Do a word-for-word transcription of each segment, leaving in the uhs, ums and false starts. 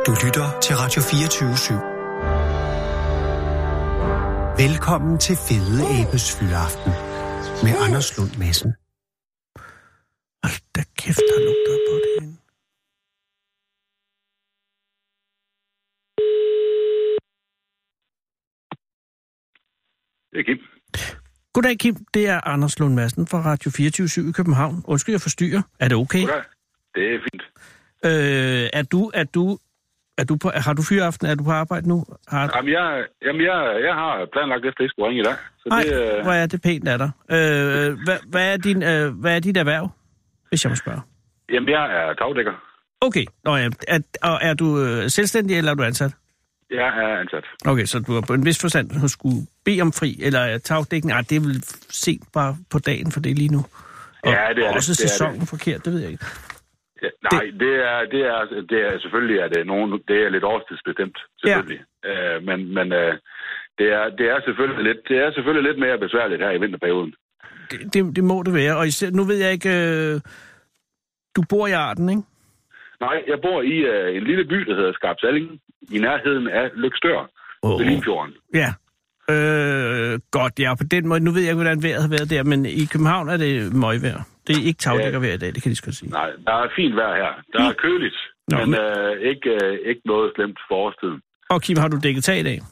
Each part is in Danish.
Du lytter til Radio fireogtyve syv. Velkommen til Fede Abes Fyraften med Anders Lund Madsen. Hold da kæft, der lugter på det hende. Det er Kim. Goddag, Kim. Det er Anders Lund Madsen fra Radio fireogtyve syv i København. Undskyld, jeg forstyrrer. Er det okay? Goddag. Det er fint. Øh, er du, er du, er du på, har du fyraften? Er du på arbejde nu? Har... Jamen, jeg, jamen jeg, jeg har planlagt efter, at jeg skulle ringe i dag. Så Nej, det, øh... hvor er det pænt af dig. Øh, hvad, hvad, er din, øh, hvad er dit erhverv, hvis jeg må spørge? Jamen, jeg er tagdækker. Okay. Nå ja. Er, og er du øh, selvstændig, eller er du ansat? Jeg er ansat. Okay, så du har på en vis forstand, at du skulle bede om fri, eller tagdækning? Ah, det er vel sent bare på dagen for det lige nu. Og, ja, det er og det. også det sæsonen er det. forkert, det ved jeg ikke. Ja, nej, det, det, er, det, er, det er selvfølgelig er det nogen, det er lidt årstidsbestemt, selvfølgelig. Ja. Uh, men men uh, det, er, det, er selvfølgelig lidt, det er selvfølgelig lidt mere besværligt her i vinterperioden. Det, det, det må det være, og især, nu ved jeg ikke, øh, du bor i Arden, ikke? Nej, jeg bor i uh, en lille by, der hedder Skarpsalling, i nærheden af Løgstør, oh. ved Limfjorden. Ja, øh, godt, ja, på den måde, nu ved jeg ikke, hvordan vejret har været der, men i København er det møgvejr. Det er ikke tagdækkervejr i dag, det kan de sgu sige. Nej, der er fint vejr her. Der er køligt, Nå, men, men... Øh, ikke, øh, ikke noget slemt for årstiden. Og Kim, har du dækket tag i dag?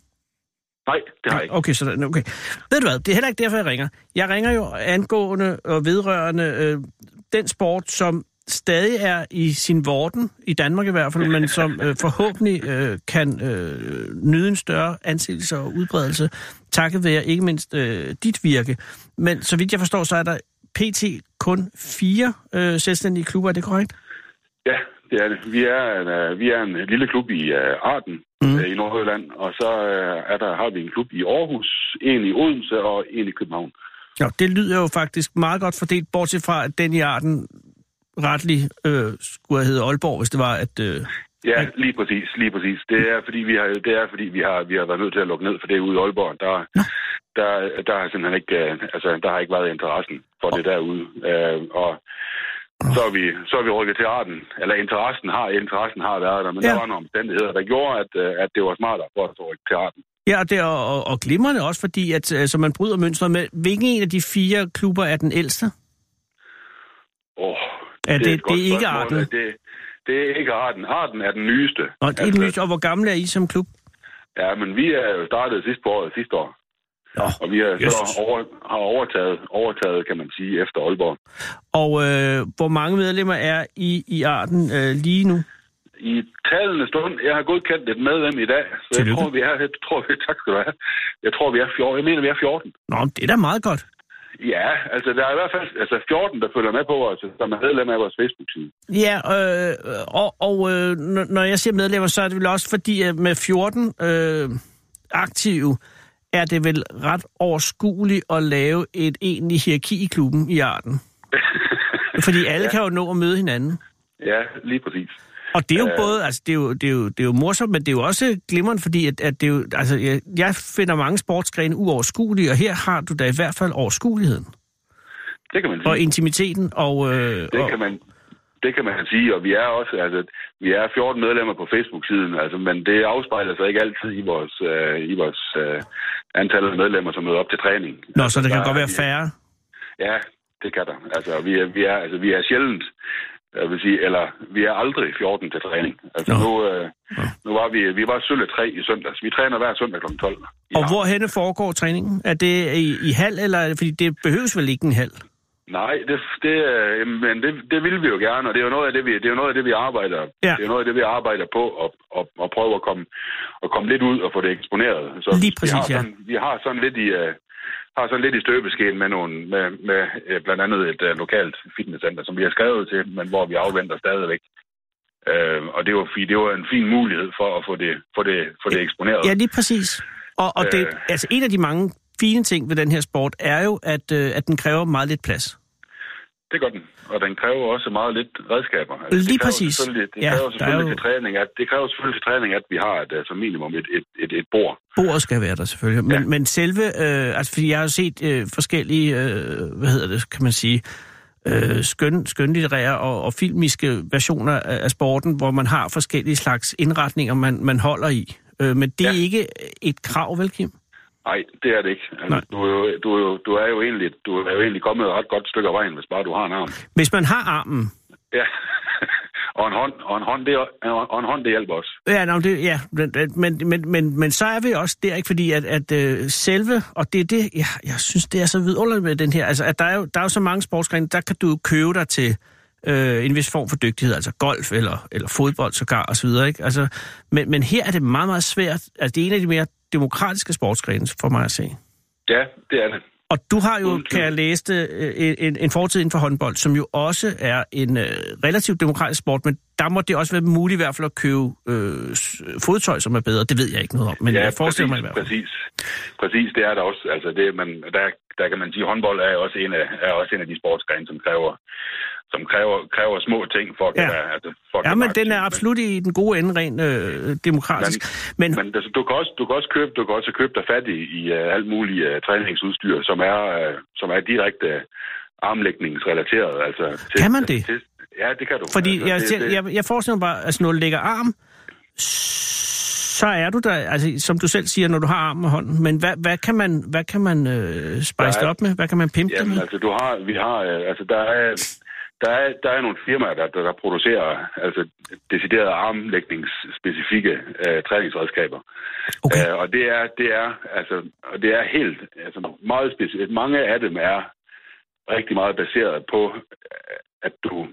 Nej, det har jeg ikke. Okay, så okay. Ved du hvad, det er heller ikke derfor, jeg ringer. Jeg ringer jo angående og vedrørende øh, den sport, som stadig er i sin vorden, i Danmark i hvert fald, men som øh, forhåbentlig øh, kan øh, nyde en større anseelse og udbredelse, takket være ikke mindst øh, dit virke. Men så vidt jeg forstår, så er der pt. Kun fire øh, selvstændige klubber, er det korrekt? Ja, det er det. Vi er en, uh, vi er en lille klub i uh, Arden mm. uh, i Nordjylland, og så uh, er der, har vi en klub i Aarhus, en i Odense og en i København. Ja, det lyder jo faktisk meget godt fordelt, bortset fra, at den i Arden retlig øh, skulle have heddet Aalborg, hvis det var, at... Øh, ja, lige præcis, lige præcis. Det er fordi, vi har, det er, fordi vi, har, vi har været nødt til at lukke ned for det ude i Aalborg. Der, der, der har simpelthen ikke, altså, der har ikke været interessen for oh. det derude. Uh, og så er, vi, så er vi rykket til Arden. Eller interessen har, interessen har været der, men ja. Der var nogle omstændigheder, der gjorde, at, at det var smartere for at rykke til Arden. Ja, og, det er, og, og glimrende også, fordi at, altså, man bryder mønstret med. Hvilken en af de fire klubber er den ældste? Åh, oh, ja, det, det, det er ikke Arden. Det, det er ikke Arden. Arden er den nyeste. Og det er den nyeste. Og hvor gammel er I som klub? Ja, men vi er jo startet sidst på året, sidste år. Nå, og vi er så over, har overtaget, overtaget, kan man sige, efter Aalborg. Og øh, hvor mange medlemmer er I i Arden øh, lige nu? I talende stund, jeg har godkendt et medlem i dag, så Tillykke. jeg tror, vi er, jeg tror, vi, tak skal du have. Jeg tror, vi er fjorten. Jeg mener, vi er fjorten. Nå, det er da meget godt. Ja, altså der er i hvert fald altså fjorten, der følger med på os, som er medlem af vores Facebook-side. Ja, øh, og, og øh, når jeg siger medlemmer, så er det vel også fordi, at med fjorten øh, aktive, er det vel ret overskueligt at lave et egentligt hierarki i klubben i Arden. Fordi alle ja. kan jo nå at møde hinanden. Ja, lige præcis. Og det er jo uh, både, altså det er jo, det er jo, det er jo morsomt, men det er jo også glimrende, fordi at, at det er jo, altså jeg, jeg finder mange sportsgrene uoverskuelige, og her har du da i hvert fald overskueligheden. Det kan man sige. Og intimiteten og... Øh, det og, kan man det kan man sige, og vi er også, altså, vi er fjorten medlemmer på Facebook-siden, altså, men det afspejler sig ikke altid i vores, øh, i vores øh, antal af medlemmer, som møder op til træning. Nå, altså, så det kan der, godt være færre? Ja, det kan der. Altså, vi er, vi er, altså, vi er sjældent, jeg vil sige, eller vi er aldrig fjorten til træning. Altså, nu, øh, nu var vi, vi var sølle tre i søndags. Vi træner hver søndag klokken tolv. Og hvorhenne foregår træningen? Er det i, i hal, eller er det, fordi det behøves vel ikke en hal? Nej, det, det, men det, det vil vi jo gerne, og det er jo noget af det, vi, det er jo noget af det, vi arbejder. Ja. Det er jo noget af det, vi arbejder på, og, og, og prøve at komme, at komme lidt ud og få det eksponeret. Så lige præcis, vi har sådan, ja. Vi har sådan lidt i, uh, har sådan lidt i støbeskeen med, nogle, med, med uh, blandt andet et uh, lokalt fitnesscenter, som vi har skrevet til, men hvor vi afventer stadigvæk. Uh, og det var, det var en fin mulighed for at få det, få det, få det eksponeret. Ja, lige præcis. Og, og det, uh, altså en af de mange fine ting ved den her sport er jo, at, øh, at den kræver meget lidt plads. Det gør den, og den kræver også meget lidt redskaber. Altså, lige præcis. Det det ja, kræver selvfølgelig jo... til træning, at det kræver selvfølgelig til træning, at vi har et, altså minimum et, et, et, et bord. Bordet skal være der selvfølgelig, men, ja. men selve, øh, altså fordi jeg har set øh, forskellige, øh, hvad hedder det, kan man sige, øh, skøn, skønlitterære og, og filmiske versioner af, af sporten, hvor man har forskellige slags indretninger, man, man holder i. Øh, men det er ja. ikke et krav, vel, Kim? Nej, det er det ikke. Altså, du, er jo, du, er jo, du, er jo egentlig, du er jo egentlig kommet et ret godt stykke af vejen, hvis bare du har en arm. Hvis man har armen? Ja, og en hånd, og en hånd, det, og en hånd, det hjælper også. Ja, no, det, ja. Men, men, men, men så er vi også der, ikke? Fordi at, at uh, selve, og det er det, ja, jeg synes, det er så vidunderligt med den her, altså at der er jo, der er jo så mange sportsgrene, der kan du købe dig til øh, en vis form for dygtighed, altså golf eller, eller fodbold sågar og så videre, ikke? Altså, men, men her er det meget, meget svært, altså det er en af de mere demokratiske sportsgrene for mig at se. Ja, det er det. Og du har jo, kan jeg læse det, en, en fortid inden for håndbold, som jo også er en uh, relativt demokratisk sport, men der må det også være muligt i hvert fald at købe øh, fodtøj, som er bedre. Det ved jeg ikke noget om, men ja, jeg forestiller præcis, mig i hvert fald. Præcis, præcis, det er der også. Altså det, man, der, der kan man sige, at håndbold er også en af, er også en af de sportsgrene, som kræver, som kræver, kræver små ting for at ja. være... Altså, for at ja, men den er men, absolut i den gode ende rent øh, demokratisk. Men, men, men altså, du, kan også, du, kan også købe, du kan også købe dig fat i, i uh, alt muligt uh, træningsudstyr, som er, uh, som er direkte uh, armlægningsrelateret. Altså, til, kan man det? Til, ja, det kan du. Fordi altså, jeg, det, det, jeg, jeg forestiller mig bare, altså når du lægger arm, så er du der, altså som du selv siger, når du har armen og hånden. Men hvad, hvad kan man, hvad kan man øh, spejse det op med? Hvad kan man pimpe det med? Altså, du har, vi har, øh, altså der er, der er, der er nogle firmaer, der, der, der producerer altså deciderede armlægningsspecifikke øh, træningsredskaber. Okay. Øh, og det er, det er, altså, og det er helt, altså meget specifikt. Mange af dem er rigtig meget baseret på, at du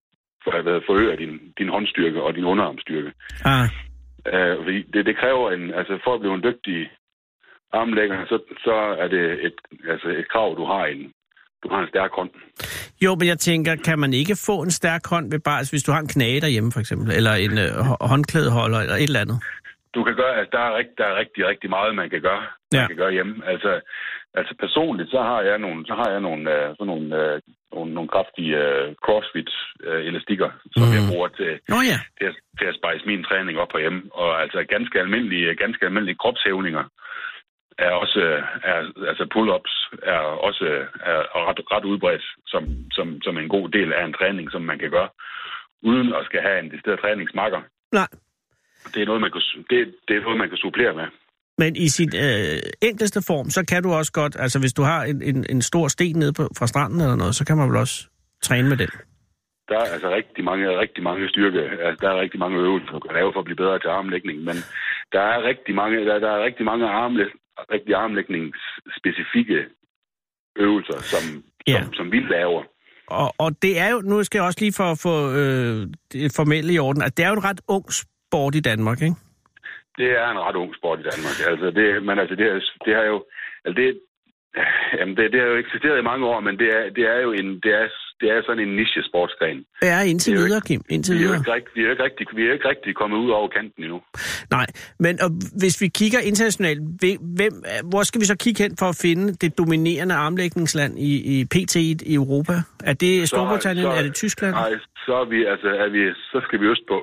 forøger din, din håndstyrke og din underarmstyrke. Ah. Uh, fordi det, det kræver en, altså for at blive en dygtig armlægger, så, så er det et, altså et krav, du har en, du har en stærk hånd. Jo, men jeg tænker, kan man ikke få en stærk hånd ved bare, altså hvis du har en knage derhjemme for eksempel, eller en uh, håndklædeholder, eller et eller andet? Du kan gøre, altså der er, rigt, der er rigtig, rigtig meget, man kan gøre, ja. man kan gøre hjemme. Altså, altså personligt, så har jeg nogle, så har jeg nogle, uh, sådan nogle, uh, nogle, nogle kraftige uh, crossfit-elastikker, uh, som mm. jeg bruger til, oh, ja. til, at, til at spejse min træning op på hjemme. Og altså ganske almindelige, ganske almindelige kropshævninger er også, er, altså pull-ups er også er ret, ret udbredt som, som, som en god del af en træning, som man kan gøre, uden at skal have en decideret træningsmarker. Nej. Det er noget, man kan, det, det er noget, man kan supplere med. Men i sit øh, enkleste form, så kan du også godt, altså hvis du har en, en, en stor sten nede på, fra stranden eller noget, så kan man vel også træne med den? Der er altså rigtig mange, rigtig mange styrke, altså der er rigtig mange øvelser, du kan lave for at blive bedre til armlægning, men der er rigtig mange, der, der er rigtig mange armlæ, rigtig armlægningsspecifikke øvelser, som, ja. som, som vi laver. Og, og det er jo, nu skal jeg også lige for at få øh, det formelle i orden, at det er jo en ret ung sport i Danmark, ikke? Det er en ret ung sport i Danmark. Altså det, men altså det, er, det har jo, altså det, jamen det, det har jo eksisteret i mange år, men det er, det er jo en, det er, det er sådan en niche sportsgren. Ja, indtil videre, Kim. Indtil vi, er videre. Ikke rigtig, vi, er ikke rigtig, vi er ikke rigtig kommet ud over kanten endnu. Nej, men og hvis vi kigger internationalt, hvem, hvor skal vi så kigge hen for at finde det dominerende armlægningsland i, i P T i Europa? Er det Storbritannien? Så, så, er det Tyskland? Nej, så er vi, altså, er vi, så skal vi øst på.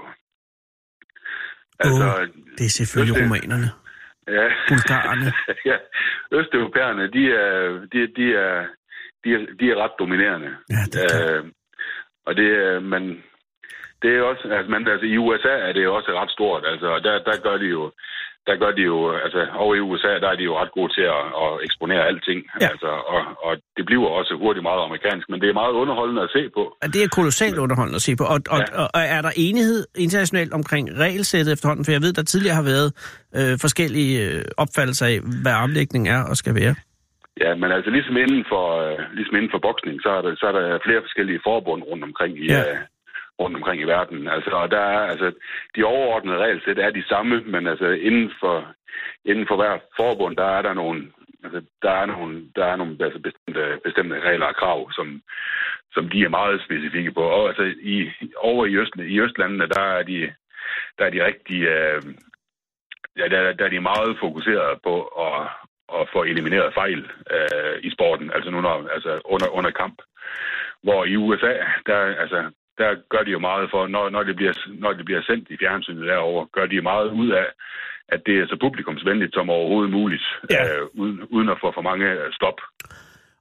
Altså, oh, det er selvfølgelig øst, romanerne. Ja. Bulgarerne. Ja, østeuropæerne, de er, de, de, er, de, er, de er ret dominerende. Ja, det er øh, og det er, men det er også, altså, men, altså i U S A er det også ret stort, altså, der, der gør de jo, der gør de jo, altså, over i U S A, der er de jo ret gode til at, at eksponere alting, ja. altså, og, og det bliver også hurtigt meget amerikansk, men det er meget underholdende at se på. Det er kolossalt underholdende at se på, og, og, ja. og, og er der enighed internationalt omkring regelsættet efterhånden, for jeg ved, der tidligere har været øh, forskellige øh, opfattelser af, hvad armlægning er og skal være. Ja, men altså ligesom inden for, øh, ligesom inden for boksning, så er, der, så er der flere forskellige forbund rundt omkring i, ja. øh, rundt omkring i verden. Altså, og der er, altså, de overordnede regelsæt er de samme, men altså inden for, inden for hver forbund, der er der nogle, altså, der er nogle, der er nogle altså, bestemte, bestemte regler og krav, som, som de er meget specifikke på. Og altså i, over i, Øst, i Østlandene, der er de, der er de rigtig, øh, ja, der, der er de meget fokuseret på at og få elimineret fejl øh, i sporten, altså, nu når, altså under, under kamp. Hvor i U S A, der, altså, der gør de jo meget for, når, når, det bliver, når det bliver sendt i fjernsynet derovre, gør de meget ud af, at det er så publikumsvenligt som overhovedet muligt, ja. øh, uden, uden at få for mange stop.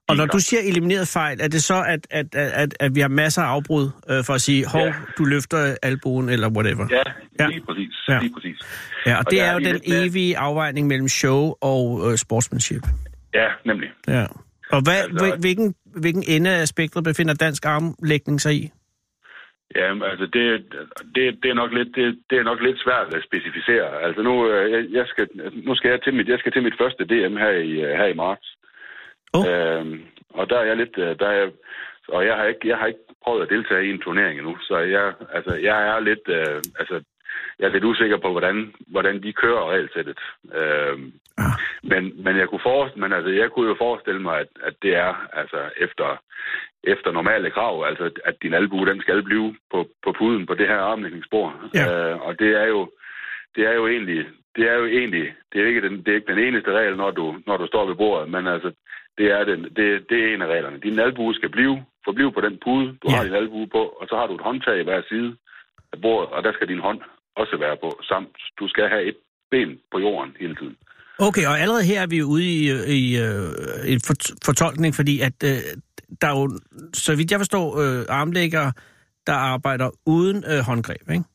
Og når du siger elimineret fejl, er det så, at, at, at, at vi har masser af afbrud øh, for at sige, hov, ja. du løfter albuen, eller whatever? Ja, ja. lige præcis. Ja. Lige præcis. Ja, og, og det er, er jo den med... evige afvejning mellem show og øh, sportsmanship. Ja, nemlig. Ja. Og hvad, altså, hvilken, hvilken ende af spektret befinder dansk armlægning sig i? Ja, altså det, det, det er nok lidt det, det er nok lidt svært at specificere. Altså nu jeg, jeg skal nu skal jeg til mit jeg skal til mit første D M her i her i marts. Oh. Øhm, og der er jeg lidt der er jeg, og jeg har ikke jeg har ikke prøvet at deltage i en turnering endnu, så jeg altså jeg er lidt øh, altså jeg er lidt usikker på hvordan hvordan de kører regelsættet. Øhm, ah. Men men jeg kunne forestille men altså jeg kunne jo forestille mig at, at det er altså efter efter normale krav, altså at din albue, den skal blive på, på puden på det her armlægningsspor. Ja. Øh, og det er jo det er jo egentlig det er jo egentlig det er ikke den det er ikke den eneste regel, når du når du står ved bordet, men altså det er den det, det er en af reglerne. Din albue skal blive forblive på den pude, du ja. har din albue på, og så har du et håndtag i hver side af bordet, og der skal din hånd også være på, samt du skal have et ben på jorden hele tiden. Okay, og allerede her er vi ude i, i, i en fortolkning, fordi at øh, der er jo, så vidt jeg forstår, øh, armlæggere, der arbejder uden øh, håndgreb, ikke?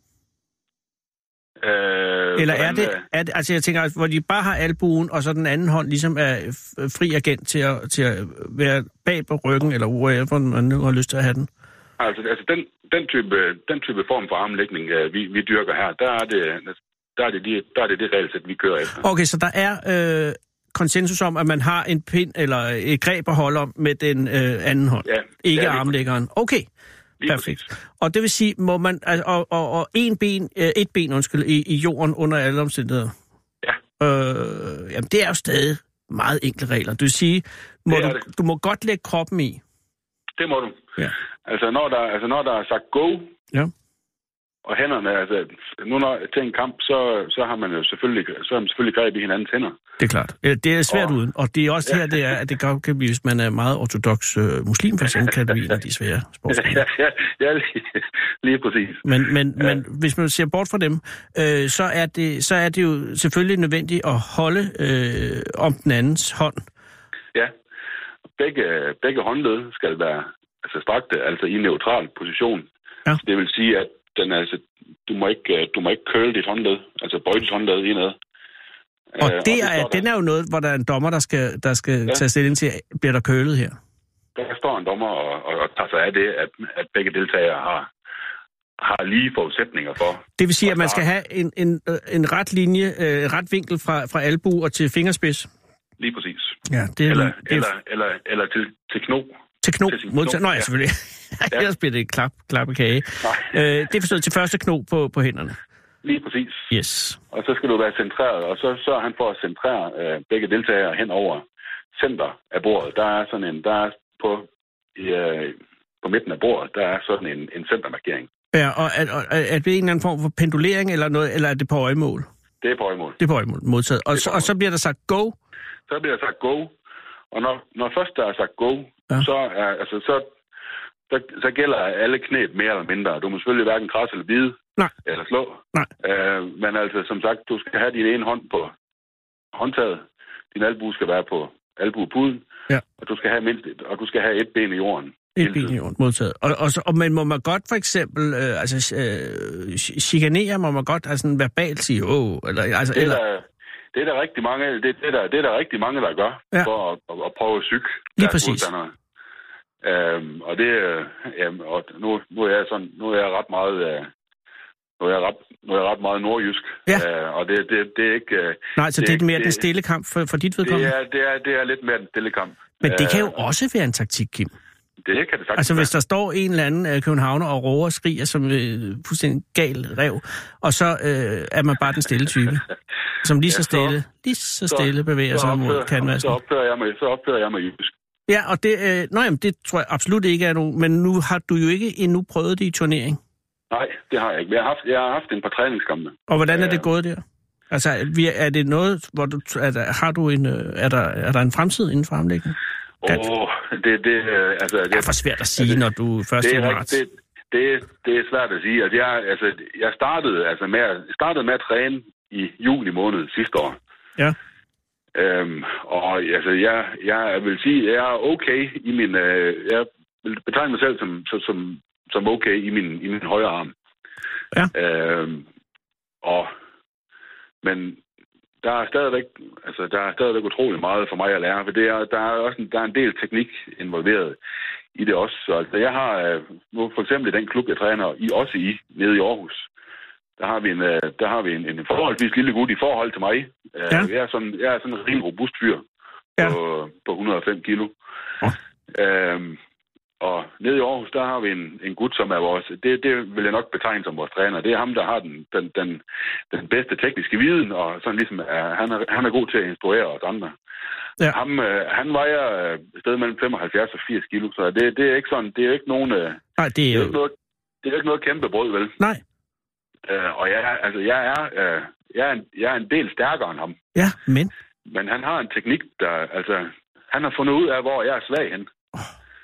Øh, Eller er det, er det, altså jeg tænker, hvor de bare har albuen, og så den anden hånd ligesom er fri agent til at, til at være bag på ryggen, eller hvor man nu har lyst til at have den? Altså, altså den, den, type, den type form for armlægning, vi, vi dyrker her, der er det... Der er det det, der er det, det regelsæt, vi kører efter. Okay, så der er øh, konsensus om, at man har en pind eller et greb at holde om med den øh, anden hånd. Ja, ikke ja, armlæggeren. Okay, lige perfekt. Præcis. Og det vil sige, må man altså, og, og, og en ben, øh, et ben undskyld, i, i jorden under alle omstændigheder. Ja. Øh, jamen, det er jo stadig meget enkle regler. Det vil sige, må du, du må godt lægge kroppen i. Det må du. Ja. Altså, når der, altså, når der er sagt go, ja. Og hænderne, altså, nu når til en kamp, så, så har man jo selvfølgelig, så har man selvfølgelig greb i hinandens hænder. Det er klart. Det er svært og, uden, og det er også ja. her, det er, at det kan blive, hvis man er meget ortodox øh, muslim, for eksempel, kan det blive en af de svære sportsgrene. Ja, ja, ja, lige, lige præcis. Men, men, ja. men hvis man ser bort fra dem, øh, så, er det, så er det jo selvfølgelig nødvendigt at holde øh, om den andens hånd. Ja, begge, begge håndled skal være altså strakte, altså i neutral position. Ja. Det vil sige, at den, altså, du må ikke, du må ikke curl dit håndled, altså bøje dit håndled indad. Og, det og er, den er jo noget, hvor der er en dommer, der skal, der skal ja. tage stilling til, bliver der curlet her? Der står en dommer og, og, og tager sig af det, at, at begge deltagere har, har lige forudsætninger for. Det vil sige, at man skal have en, en, en ret linje, øh, ret vinkel fra, fra albu og til fingerspids? Lige præcis. Ja, det er, eller, det er... eller, eller, eller til, til kno. Til kno? Modtaget? Nå ja, selvfølgelig. Ja. Ellers bliver det klap, klappekage. Øh, det er forstået til første kno på, på hænderne. Lige præcis. Yes. Og så skal du være centreret, og så sørger han for at centrere øh, begge deltagere hen over center af bordet. Der er sådan en, der er på, i, øh, på midten af bordet, der er sådan en, en centermarkering. Ja, og er, er, er det en eller anden form for pendulering, eller noget, eller er det på øjemål? Det er på øjemål. Det er på øjemål, modtaget. Og, så, og så bliver der sagt go? Så bliver der sagt go, og når, når først der er sagt go, ja. så er, altså, så Så, så gælder alle knæb mere eller mindre. Du må selvfølgelig hverken krasse eller bide, Nej. eller slå. Nej. Øh, men altså, som sagt, du skal have din ene hånd på håndtaget. Din albue skal være på albuepuden. Ja. Og du skal have mindst, og du skal have et ben i jorden. Et ben i jorden, modtaget. Og, og, og, men må man godt for eksempel, øh, altså, øh, chikanere, må man godt altså, verbalt sige, åh, eller... Altså, det, er eller... der, det er der rigtig mange, det, det er der, det er der rigtig mange, der gør, ja. for at, at, at prøve at psyke deres modstandere. Øhm, og det, øh, jamen, og nu, nu er jeg sådan, nu er jeg ret meget, øh, nu er jeg ret, nu er jeg ret meget nordjysk. Ja. Øh, og det, det, det er ikke. Øh, Nej, så det, det er mere det, den stille kamp for, for dit vedkommende? Det er, det er, det er lidt mere den stille kamp. Men det kan jo øh, også være en taktik, Kim. Det kan det sagtens. Altså hvis der står en eller anden uh, københavner og råber og skriger som uh, fuldstændig gal rev, og så uh, er man bare den stille type, som lige ja, så stille, så, lige så stille bevæger så, sig mod kanvasen. Så opfører jeg mig, så opfører jeg mig jysk. Ja, og det, øh, nå, jamen, det tror jeg absolut ikke er nogen, men nu har du jo ikke endnu prøvet det i turnering. Nej, det har jeg ikke. Jeg har haft, jeg har haft en par træningskampe. Og hvordan er det gået der? Altså, er det noget, hvor du, er der, har du en, er der, er der en fremtid inden for armlægning? Åh, oh, det, det, altså... Det, det er for svært at sige, altså, når du først er i marts. Det, det, det er svært at sige. Altså, jeg, altså, jeg startede, altså med, startede med at træne i juli måned sidste år. Ja. Øhm, og altså, jeg, jeg vil sige, at jeg er okay i min... Øh, jeg vil betegne mig selv som, som, som okay i min, i min højre arm. Ja. Øhm, og, men der er stadigvæk, altså, der er stadigvæk utrolig meget for mig at lære, for det er, der er også en, der er en del teknik involveret i det også. Så altså, jeg har øh, for eksempel den klub, jeg træner i, også i, nede i Aarhus. Der har vi en, øh, der har vi en, en forholdsvis lille gut i forhold til mig. Øh, ja. Jeg er sådan, jeg er sådan en rimelig robust fyr på, ja. på et hundrede og fem kilo. Ja. Øhm, og nede i Aarhus, der har vi en, en gut, som er vores... Det, det vil jeg nok betegne som vores træner. Det er ham, der har den, den, den, den bedste tekniske viden, og sådan ligesom er, han, er, han er god til at instruere os andre. Ja. Ham, øh, han vejer et sted mellem femoghalvfjerds og firs kilo, så det, det er ikke sådan... Det er ikke nogen... Øh, Nej, det er jo... Det er ikke noget, det er ikke noget kæmpe brød, vel? Nej. Øh, og jeg, altså, jeg, er, øh, jeg, er en, jeg er en del stærkere end ham. Ja, men... Men han har en teknik, der... Altså, han har fundet ud af, hvor jeg er svag hen. Oh.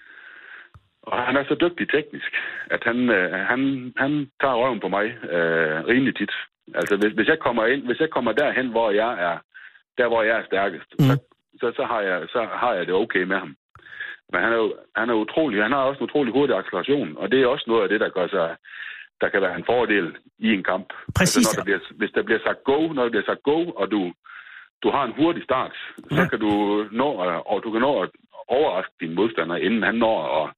Og han er så dygtig teknisk, at han, øh, han, han tager røven på mig øh, rimelig tit. Altså, hvis, hvis jeg kommer ind, hvis jeg kommer derhen, hvor jeg er, der hvor jeg er stærkest, mm. så, så, så, har jeg, så har jeg det okay med ham. Men han er jo, han er utrolig, han har også en utrolig hurtig acceleration, og det er også noget af det, der gør sig, der kan være en fordel i en kamp. Præcis. Altså, når der bliver, hvis der bliver sagt go, når der bliver sagt go, og du, du har en hurtig start, ja. så kan du nå, og du kan nå at overraske din modstander, inden han når at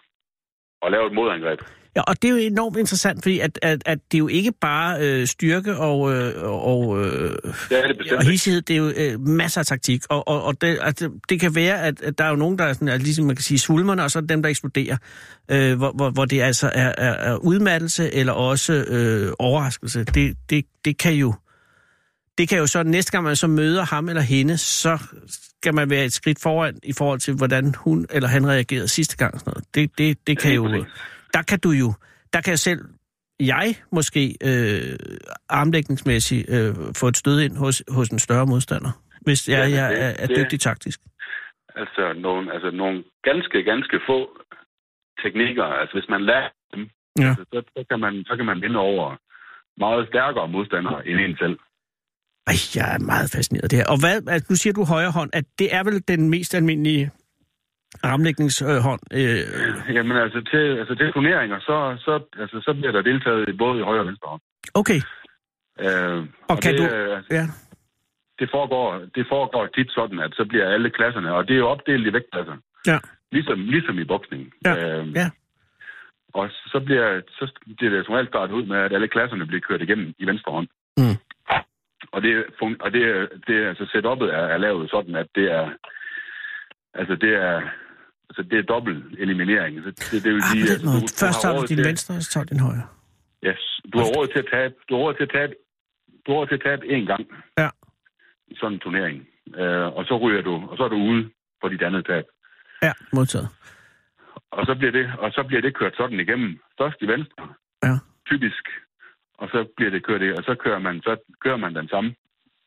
og lave et modangreb. Ja, og det er jo enormt interessant, fordi at, at, at det er jo ikke bare øh, styrke og, øh, og, øh, det er det og hissighed, det er jo øh, masser af taktik. Og, og, og det, altså, det kan være, at, at der er jo nogen, der er sådan, at ligesom man kan sige svulmerne, og så er dem, der eksploderer. Øh, hvor, hvor, hvor det altså er, er, er udmattelse eller også øh, overraskelse. Det, det, det kan jo det kan jo så, næste gang man så møder ham eller hende, så skal man være et skridt foran i forhold til, hvordan hun eller han reagerede sidste gang. Sådan noget. Det, det, det kan jo... Der kan du jo... Der kan jeg selv... Jeg måske øh, armlægningsmæssigt øh, få et stød ind hos, hos en større modstander, hvis jeg, jeg er, er dygtig taktisk. Altså nogle, altså nogle ganske, ganske få teknikker. Altså hvis man lærer dem, ja. altså, så, så, kan man, så kan man vinde over meget stærkere modstandere end en selv. Ej, jeg er meget fascineret af det her. Og hvad, altså, nu siger du højre hånd, at det er vel den mest almindelige armlægningshånd? Øh... Jamen altså til, altså til turneringer, så, så, altså, så bliver der deltaget både i højre og venstre hånd. Okay. Øh, og, og kan det, du... Altså, ja. det, foregår, det foregår tit sådan, at så bliver alle klasserne, og det er jo opdelt i vægtklasser. Ja. Ligesom, ligesom i boksning. Ja. Øh, ja. Og så bliver, så bliver det som regel startet ud med, at alle klasserne bliver kørt igennem i venstre hånd. Mm. Og det, og det, det altså setup'et er, er lavet sådan, at det er, altså det er, altså det er dobbelt eliminering. Så det, det vil ah, sige, altså, du, du først tager du din venstre, og så tager du din højre. Yes, du har råd til at tabe, du har råd til at tabe, du har råd til at tabe én gang. Ja. I sådan en turnering. Uh, og så ryger du, og så er du ude for dit andet tab. Ja, modtaget. Og så bliver det, og så bliver det kørt sådan igennem. Først i venstre. Ja. Typisk. Og så bliver det kørt det, og så kører man, så kører man den samme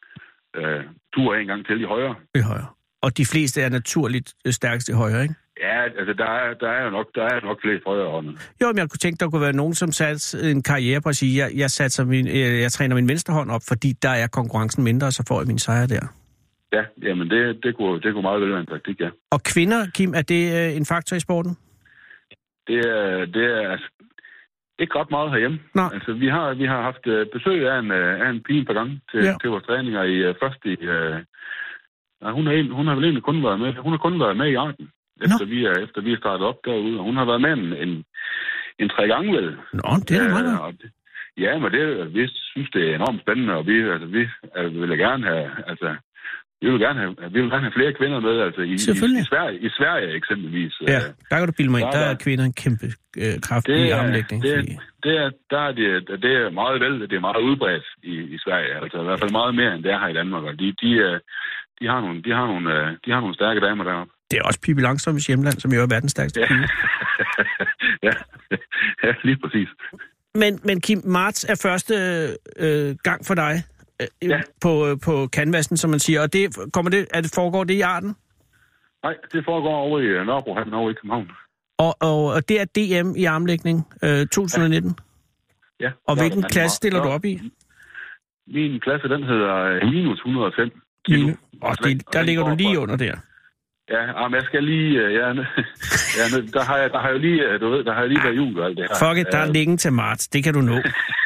øh, tur en gang til i højre. I højre. Og de fleste er naturligt stærkest i højre, ikke? Ja, altså der er, der er jo nok, der er nok flest højre hånd. Jo, men jeg kunne tænke, der kunne være nogen, som satte en karriere på at sige, jeg, jeg, satser min, jeg, jeg træner min venstre hånd op, fordi der er konkurrencen mindre, og så får jeg min sejr der. Ja, jamen det, det, kunne, det kunne meget vel være en taktik, ja. Og kvinder, Kim, er det øh, en faktor i sporten? Det er, det er altså, ikke ret meget herhjemme. Nej. Altså, vi har, vi har haft uh, besøg af en, uh, af en pige par gange til, ja. til vores træninger i uh, først i... Uh, nej, hun, er en, hun har vel egentlig kun været med. Hun har kun været med i arten, efter vi, er, efter vi er startet op derude. Og hun har været med en, en, en tre gange vel. Nå, det er da meget uh, det, Ja, men det, vi synes, det er enormt spændende, og vi, altså, vi altså, vil gerne have... Altså, Vi vil gerne have, vi vil gerne have flere kvinder med, altså i, i, i, Sverige, i Sverige eksempelvis. Ja, der kan du bilde mig ind. Der er kvinder en kæmpe øh, kraft det i armlægning. Det, fordi... det, er, der er det, det er meget vel, det er meget udbredt i, i Sverige, altså i hvert fald meget mere, end det er her i Danmark. Og de, de, de, har nogle, de, har nogle, de har nogle stærke damer deroppe. Det er også Pippi Langstrøms hjemland, som jo er verdens stærkste kvinde. ja. ja, lige præcis. Men, men Kim, marts er første øh, gang for dig. Ja. På, på canvasen, som man siger. Og det, kommer det, er det, foregår det i Arden? Nej, det foregår over i Nørrebrohallen over i København. Og, og, og det er D M i armlægning øh, to tusind nitten? Ja. ja. Og hvilken ja, klasse stiller ja. du op i? Min klasse, den hedder minus et hundrede og fem kilo. Og det, der ligger du lige under der. Ja, men jeg skal lige... Ja, ja, der, har jeg, der har jeg lige... Du ved, der har jeg lige været jul og alt det her. Fuck it, der er længe til marts. Det kan du nå.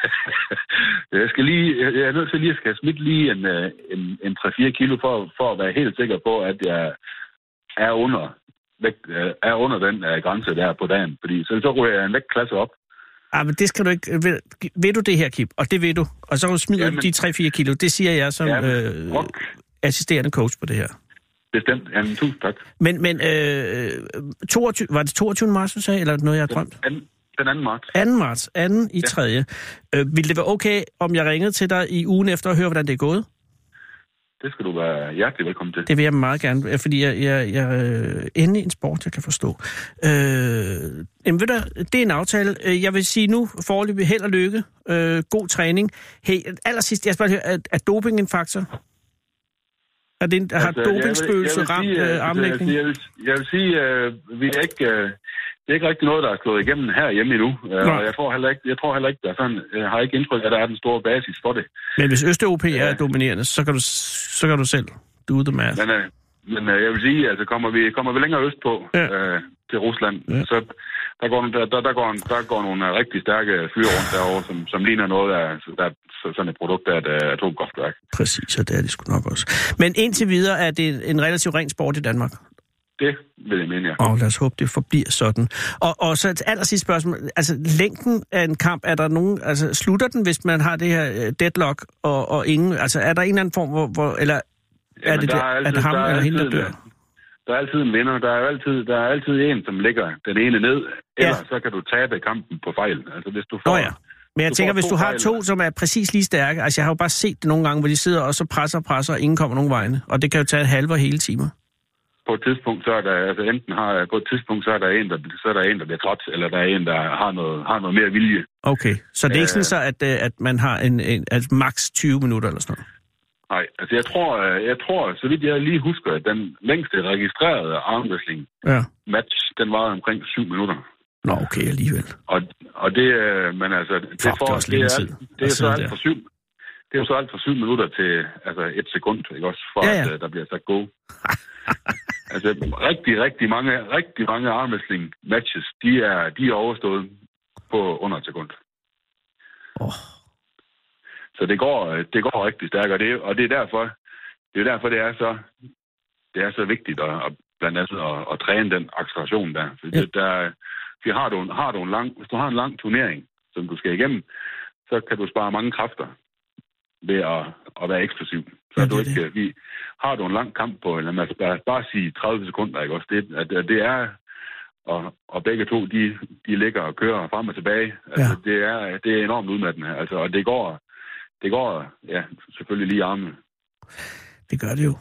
Jeg skal lige... Jeg er nødt til lige at skal smitte lige en, en, en tre fire kilo for, for at være helt sikker på, at jeg er under, vægt, er under den uh, grænse der på dagen. Fordi så, så ryger jeg en vægtklasse op. Ah, men det skal du ikke... Ved, ved du det her, Kim? Og det ved du. Og så smider du de tre fire kilo. Det siger jeg som jamen, øh, assisterende coach på det her. Bestemt. Jamen, tusind tak. Men, men øh, toogtyve, var det toogtyvende marts, du sagde, eller noget, jeg har drømt? Den, den anden marts. anden marts. anden i tredje. Ja. Øh, ville det være okay, om jeg ringede til dig i ugen efter og høre, hvordan det er gået? Det skal du være hjertelig velkommen til. Det vil jeg meget gerne, fordi jeg, jeg, jeg er inde i en sport, jeg kan forstå. Øh, jamen, ved du, det er en aftale. Jeg vil sige nu, foreløbig held og lykke. Øh, god træning. Hey, allersidst, jeg spørger, er, er doping en faktor? Er det, har altså, dopingspøgelse ramt øh, armlægning? Jeg vil, jeg vil sige, at uh, vi er ikke, uh, det er ikke rigtig noget, der er slået igennem herhjemme endnu. Uh, og jeg tror heller ikke, jeg tror heller ikke, der er sådan, jeg har ikke indtryk, at der er den store basis for det. Men hvis Østeuropa er ja. dominerende, så kan du, så kan du selv do the math. Men, uh, men uh, jeg vil sige, altså kommer vi, kommer vi længere øst på ja. uh, til Rusland, ja. så der går, der, der, der, går, der går nogle rigtig stærke fyre rundt derovre, som, som ligner noget af der, sådan et produkt af et uh, atomkraftværk. Præcis, og det er det sgu nok også. Men indtil videre er det en relativt ren sport i Danmark? Det vil jeg mene, ja. Og lad os håbe, det forbliver sådan. Og, og så et allersidste spørgsmål. Altså, længden af en kamp, er der nogen... Altså, slutter den, hvis man har det her deadlock og, og ingen... Altså, er der en eller anden form, hvor... hvor eller Jamen, er det, der er altid, er det ham eller hende, der dør? Der er altid en vinder. Der er jo altid, der er altid en, som ligger den ene ned. Eller ja. så kan du tabe kampen på fejl. Altså, hvis du får... Nå ja. Men jeg du tænker, hvis du har fejl, to, som er præcis lige stærke... Altså, jeg har jo bare set det nogle gange, hvor de sidder og så presser og presser, og ingen kommer nogen vegne. Og det kan jo tage et halve og hele timer. På et tidspunkt, så er der, altså enten har, på et tidspunkt, så er der en, der, så er der en, der bliver træt, eller der er en, der har noget, har noget mere vilje. Okay, så det er ikke sådan så, at, at man har en, en at maks tyve minutter eller sådan noget? Nej, altså jeg tror, jeg tror, så vidt jeg lige husker, at den længste registrerede armwrestling ja. match, den var omkring syv minutter. Nå, okay, alligevel. Og, og det, men altså, det, Fuck, for, det, er, det, er, det er så alt for syv, det er jo så alt for syv minutter til, altså et sekund, ikke også, for ja, ja. at der bliver sagt go. Altså rigtig, rigtig mange, rigtig mange armwrestling matches, de er, de er overstået på under et sekund. Oh. Så det går, det går rigtig stærkt, og det, og det er derfor, det er derfor, det er så, det er så vigtigt at, at blandt andet at, at træne den acceleration der. For ja. det, der, for har du, har du en lang, hvis du har en lang turnering, som du skal igennem, så kan du spare mange kræfter ved at, at være eksplosiv. Så ja, du ikke, vi, har du en lang kamp på, lad mig bare, bare sige tredive sekunder, ikke også? Det, at, det er, og, og begge to, de, de ligger og kører frem og tilbage. Altså, ja. det, er, det er enormt udmattende, altså, og det går, det går, ja, selvfølgelig lige armene. Det gør det jo.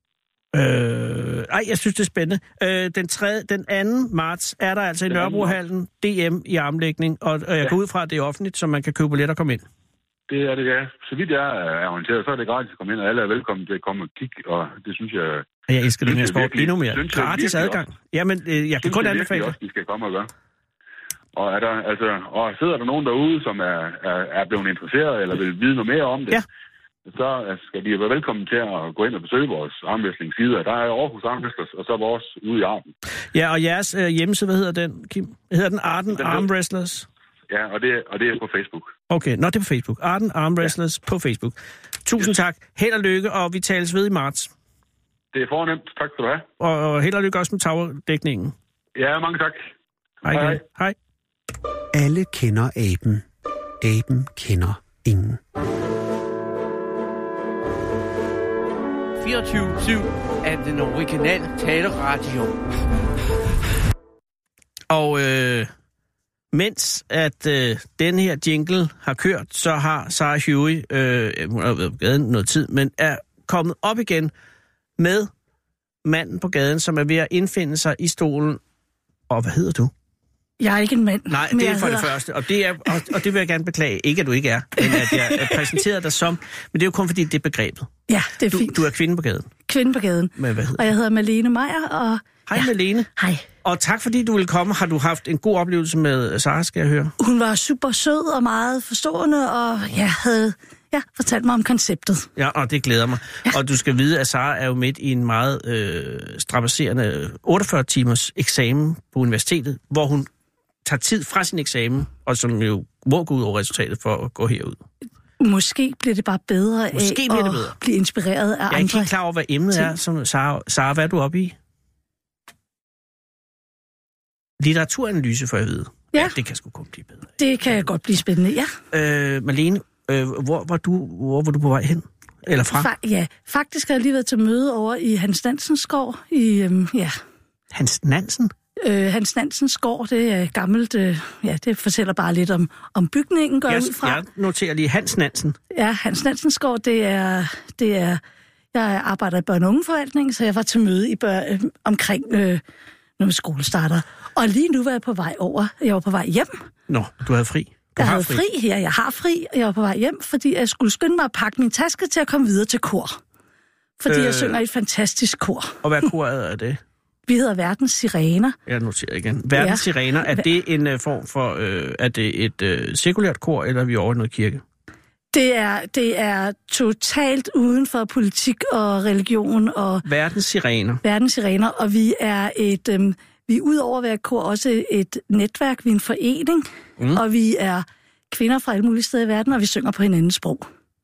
Øh, ej, jeg synes, det er spændende. Øh, den, tredje, den anden marts er der altså i Nørrebrohallen D M i armlægning, og, og jeg ja. går ud fra, at det er offentligt, så man kan købe billetter og komme ind. Det er det, ja. Så vidt jeg er orienteret, så er det gratis at komme ind, og alle er velkommen til at komme og kigge, og det synes jeg... Jeg elsker den her sport endnu mere. Gratis adgang. Jamen, øh, jeg kan kun anbefale det. Vi skal komme og gøre. Og er der, altså, og sidder der nogen derude, som er, er, er blevet interesseret, eller vil vide noget mere om det, ja. så skal de være velkommen til at gå ind og besøge vores armwrestling-sider. Der er Aarhus Armwrestlers, og så vores ude i Arden. Ja, og jeres øh, hjemmeside, hvad hedder den, Kim? Hedder den Arden den Armwrestlers? Ja, og det, og det er på Facebook. Okay, nå, det er på Facebook. Arden Armwrestlers ja. på Facebook. Tusind yes. tak. Held og lykke, og vi tales ved i marts. Det er fornemt. Tak skal du have. Og, og held og lykke også med tagdækningen. Ja, mange tak. Hej. Hej. Hej. Alle kender aben. Aben kender ingen. fireogtyve syv er den originale taleradio. Og øh, mens at øh, den her jingle har kørt, så har Sarah Huey, øh, hun har været på gaden noget tid, men er kommet op igen med manden på gaden, som er ved at indfinde sig i stolen. Og hvad hedder du? Jeg er ikke en mand. Nej, det er for hedder... det første, og det, er, og, og det vil jeg gerne beklage. Ikke, at du ikke er, men at jeg præsenterer dig som. Men det er jo kun fordi, det er begrebet. Ja, det er du, fint. Du er kvinde på gaden. Kvinde på gaden. Men hvad hedder Og jeg hedder Malene Meyer, og... Hej ja. Malene. Hej. Og tak fordi du ville komme. Har du haft en god oplevelse med Sarah, skal jeg høre? Hun var super sød og meget forstående, og jeg havde ja, fortalte mig om konceptet. Ja, og det glæder mig. Ja. Og du skal vide, at Sara er jo midt i en meget øh, strabasserende otteogfyrre timers eksamen på universitetet, hvor hun tager tid fra sin eksamen, og som jo må gå ud over resultatet for at gå herud. Måske bliver det bare bedre Måske af det bedre. at blive inspireret af andre. Jeg er ikke helt klar over, hvad emnet ting. er. Som Sara, Sara, hvad er du oppe i? Litteraturanalyse, for at vide. Ja. Ja, det kan sgu kun blive bedre. Det kan godt blive spændende, ja. Øh, Marlene, øh, hvor var du, hvor var du på vej hen? Eller fra? Fa- ja, faktisk har jeg lige været til møde over i Hans Nansens gård. I, øhm, ja. Hans Nansen? Øh, Hans Nansens gård, det er gammelt. Øh, ja, det fortæller bare lidt om, om bygningen, går Jeg, ud fra. jeg noterer lige Hans Nansen. Ja, Hans Nansens gård, det er... Det er jeg arbejder i børne- og ungeforvaltning, så jeg var til møde i bør- øh, omkring, øh, når skole starter. Og lige nu var jeg på vej over. Jeg var på vej hjem. Nå, du havde fri. Du Jeg har havde fri. fri her. Jeg har fri, og jeg var på vej hjem, fordi jeg skulle skynde mig at pakke min taske til at komme videre til kor. Fordi øh... jeg synger i et fantastisk kor. Og hvad koret er det? Vi hedder Verdens Sirener. Jeg noterer igen. Verdens ja. Sirener, er det en uh, form for... Uh, er det et uh, sekulært kor, eller er vi over i noget kirke? Det er, det er totalt uden for politik og religion og... Verdens Sirener. Verdens Sirener, og vi er et... Øhm, vi er udover at være et kor også et netværk, vi er en forening, mm. og vi er kvinder fra alle mulige steder i verden, og vi synger på hinandens sprog.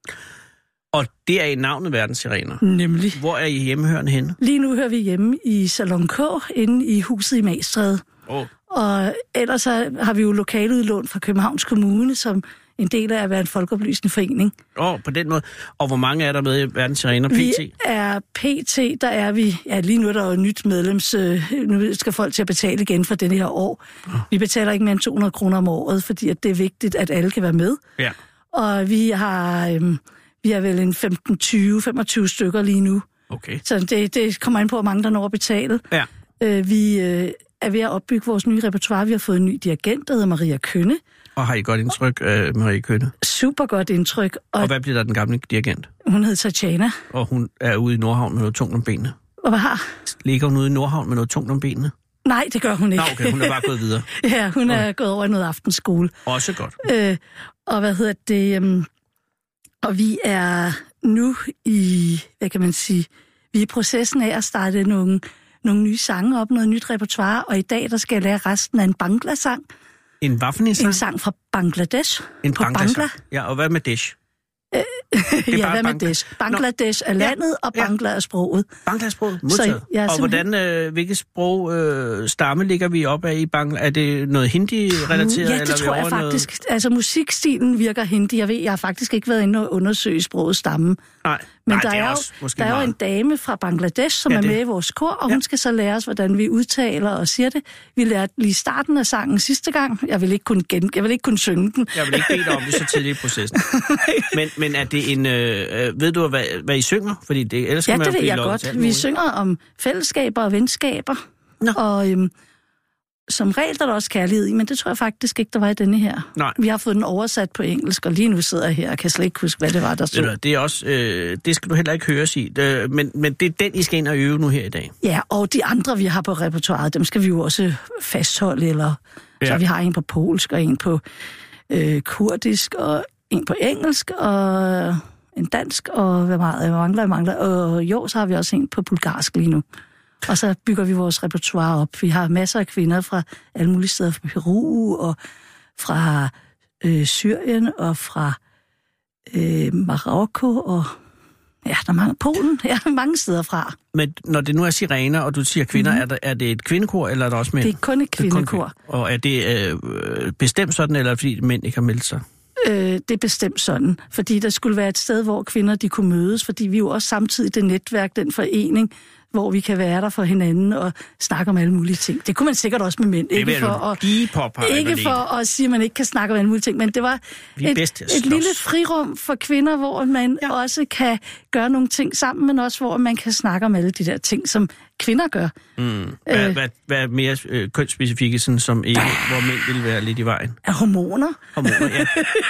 Og det er i navnet Verdens Sirener? Nemlig. Hvor er I hjemmehørende henne? Lige nu hører vi hjemme i Salon K, inde i huset i Magstræde. Oh. Og ellers så har vi jo lokaludlån fra Københavns Kommune, som en del af at være en folkeoplysende forening. Åh, oh, på den måde. Og hvor mange er der med i Verdens Sirener P T? Vi er P T, der er vi... Ja, lige nu er der jo nyt medlems... Øh, nu skal folk til at betale igen for denne her år. Oh. Vi betaler ikke mere end to hundrede kroner om året, fordi at det er vigtigt, at alle kan være med. Ja. Og vi har... Øh, vi har vel en femten, tyve, femogtyve stykker lige nu. Okay. Så det, det kommer ind på, hvor mange der når at betale. Ja. Øh, vi øh, er ved at opbygge vores nye repertoire. Vi har fået en ny dirigent, der hedder Maria Kønne. Og har I godt indtryk af uh, Maria Kønne? Super godt indtryk. Og, og hvad bliver der den gamle dirigent? Hun hedder Tatjana. Og hun er ude i Nordhavn med noget tungt om benene. Og hvad har? Ligger hun ude i Nordhavn med noget tungt om benene? Nej, det gør hun ikke. Nå, okay, hun er bare gået videre. Ja, hun okay. er gået over i noget aftenskole. Også godt. Øh, og hvad hedder det? Um, og vi er nu i, hvad kan man sige, vi er i processen af at starte nogle, nogle nye sange op, noget nyt repertoire, og i dag, der skal jeg lære resten af en Bangla-sang. En hvad for en sang? En sang fra Bangladesh. En på Bangla-sang. Bangla. Ja, og hvad med Desh? Ja, hvad med Desh? Bangladesh er landet, ja. Og Bangla er sproget. Bangla er sproget, modtaget. Så, ja, og hvordan, øh, hvilket sprog, øh, stamme ligger vi op af i Bangla? Er det noget hindi-relateret? Ja, det eller tror jeg faktisk. Noget... Altså, musikstilen virker hindi. Jeg ved, jeg har faktisk ikke været inde og undersøge sprogets stamme. Nej, Men Nej der det er, er, også jo, der er jo en dame fra Bangladesh, som ja, er med i vores kor, og ja. Hun skal så lære os, hvordan vi udtaler og siger det. Vi lærte lige starten af sangen sidste gang. Jeg vil ikke kunne, gen... jeg vil ikke kunne synge den. Jeg vil ikke bede dig om det så tidligt i processen. men, men er det en... Øh, ved du, hvad, hvad I synger? Fordi det, ellers ja, man det ved jeg godt. Vi muligt. Synger om fællesskaber og venskaber. Nå. Og øhm, som regel er der også kærlighed i, men det tror jeg faktisk ikke, der var i denne her. Nej. Vi har fået den oversat på engelsk, og lige nu sidder jeg her og kan slet ikke huske, hvad det var, der stod. Det er også, øh, det skal du heller ikke høre sig. Det, men, men det er den, I skal ind og øve nu her i dag. Ja, og de andre, vi har på repertoiret, dem skal vi jo også fastholde. Eller, ja. Så vi har en på polsk, og en på øh, kurdisk, og en på engelsk, og en dansk, og hvad meget, jeg mangler, jeg mangler. Og jo, så har vi også en på bulgarsk lige nu. Og så bygger vi vores repertoire op. Vi har masser af kvinder fra alle mulige steder, fra Peru, og fra øh, Syrien, og fra øh, Marokko, og ja, der er mange, Polen, ja, mange steder fra. Men når det nu er sirener, og du siger kvinder, mm-hmm. er, der, er det et kvindekor, eller er der også mænd? Det er kun et kvindekor. Og er det øh, bestemt sådan, eller fordi mænd ikke har meldt sig? Øh, det er bestemt sådan, fordi der skulle være et sted, hvor kvinder de kunne mødes, fordi vi er jo også samtidig det netværk, den forening, hvor vi kan være der for hinanden og snakke om alle mulige ting. Det kunne man sikkert også med mænd. Det ikke for at, ikke for at sige, at man ikke kan snakke om alle mulige ting, men det var et, et lille frirum for kvinder, hvor man ja. Også kan gøre nogle ting sammen, men også hvor man kan snakke om alle de der ting, som kvinder gør. Mm. Hvad, øh, hvad, hvad er mere øh, kønsspecifikke, sådan, som ikke, hvor mænd vil være lidt i vejen? Er hormoner. Hormoner,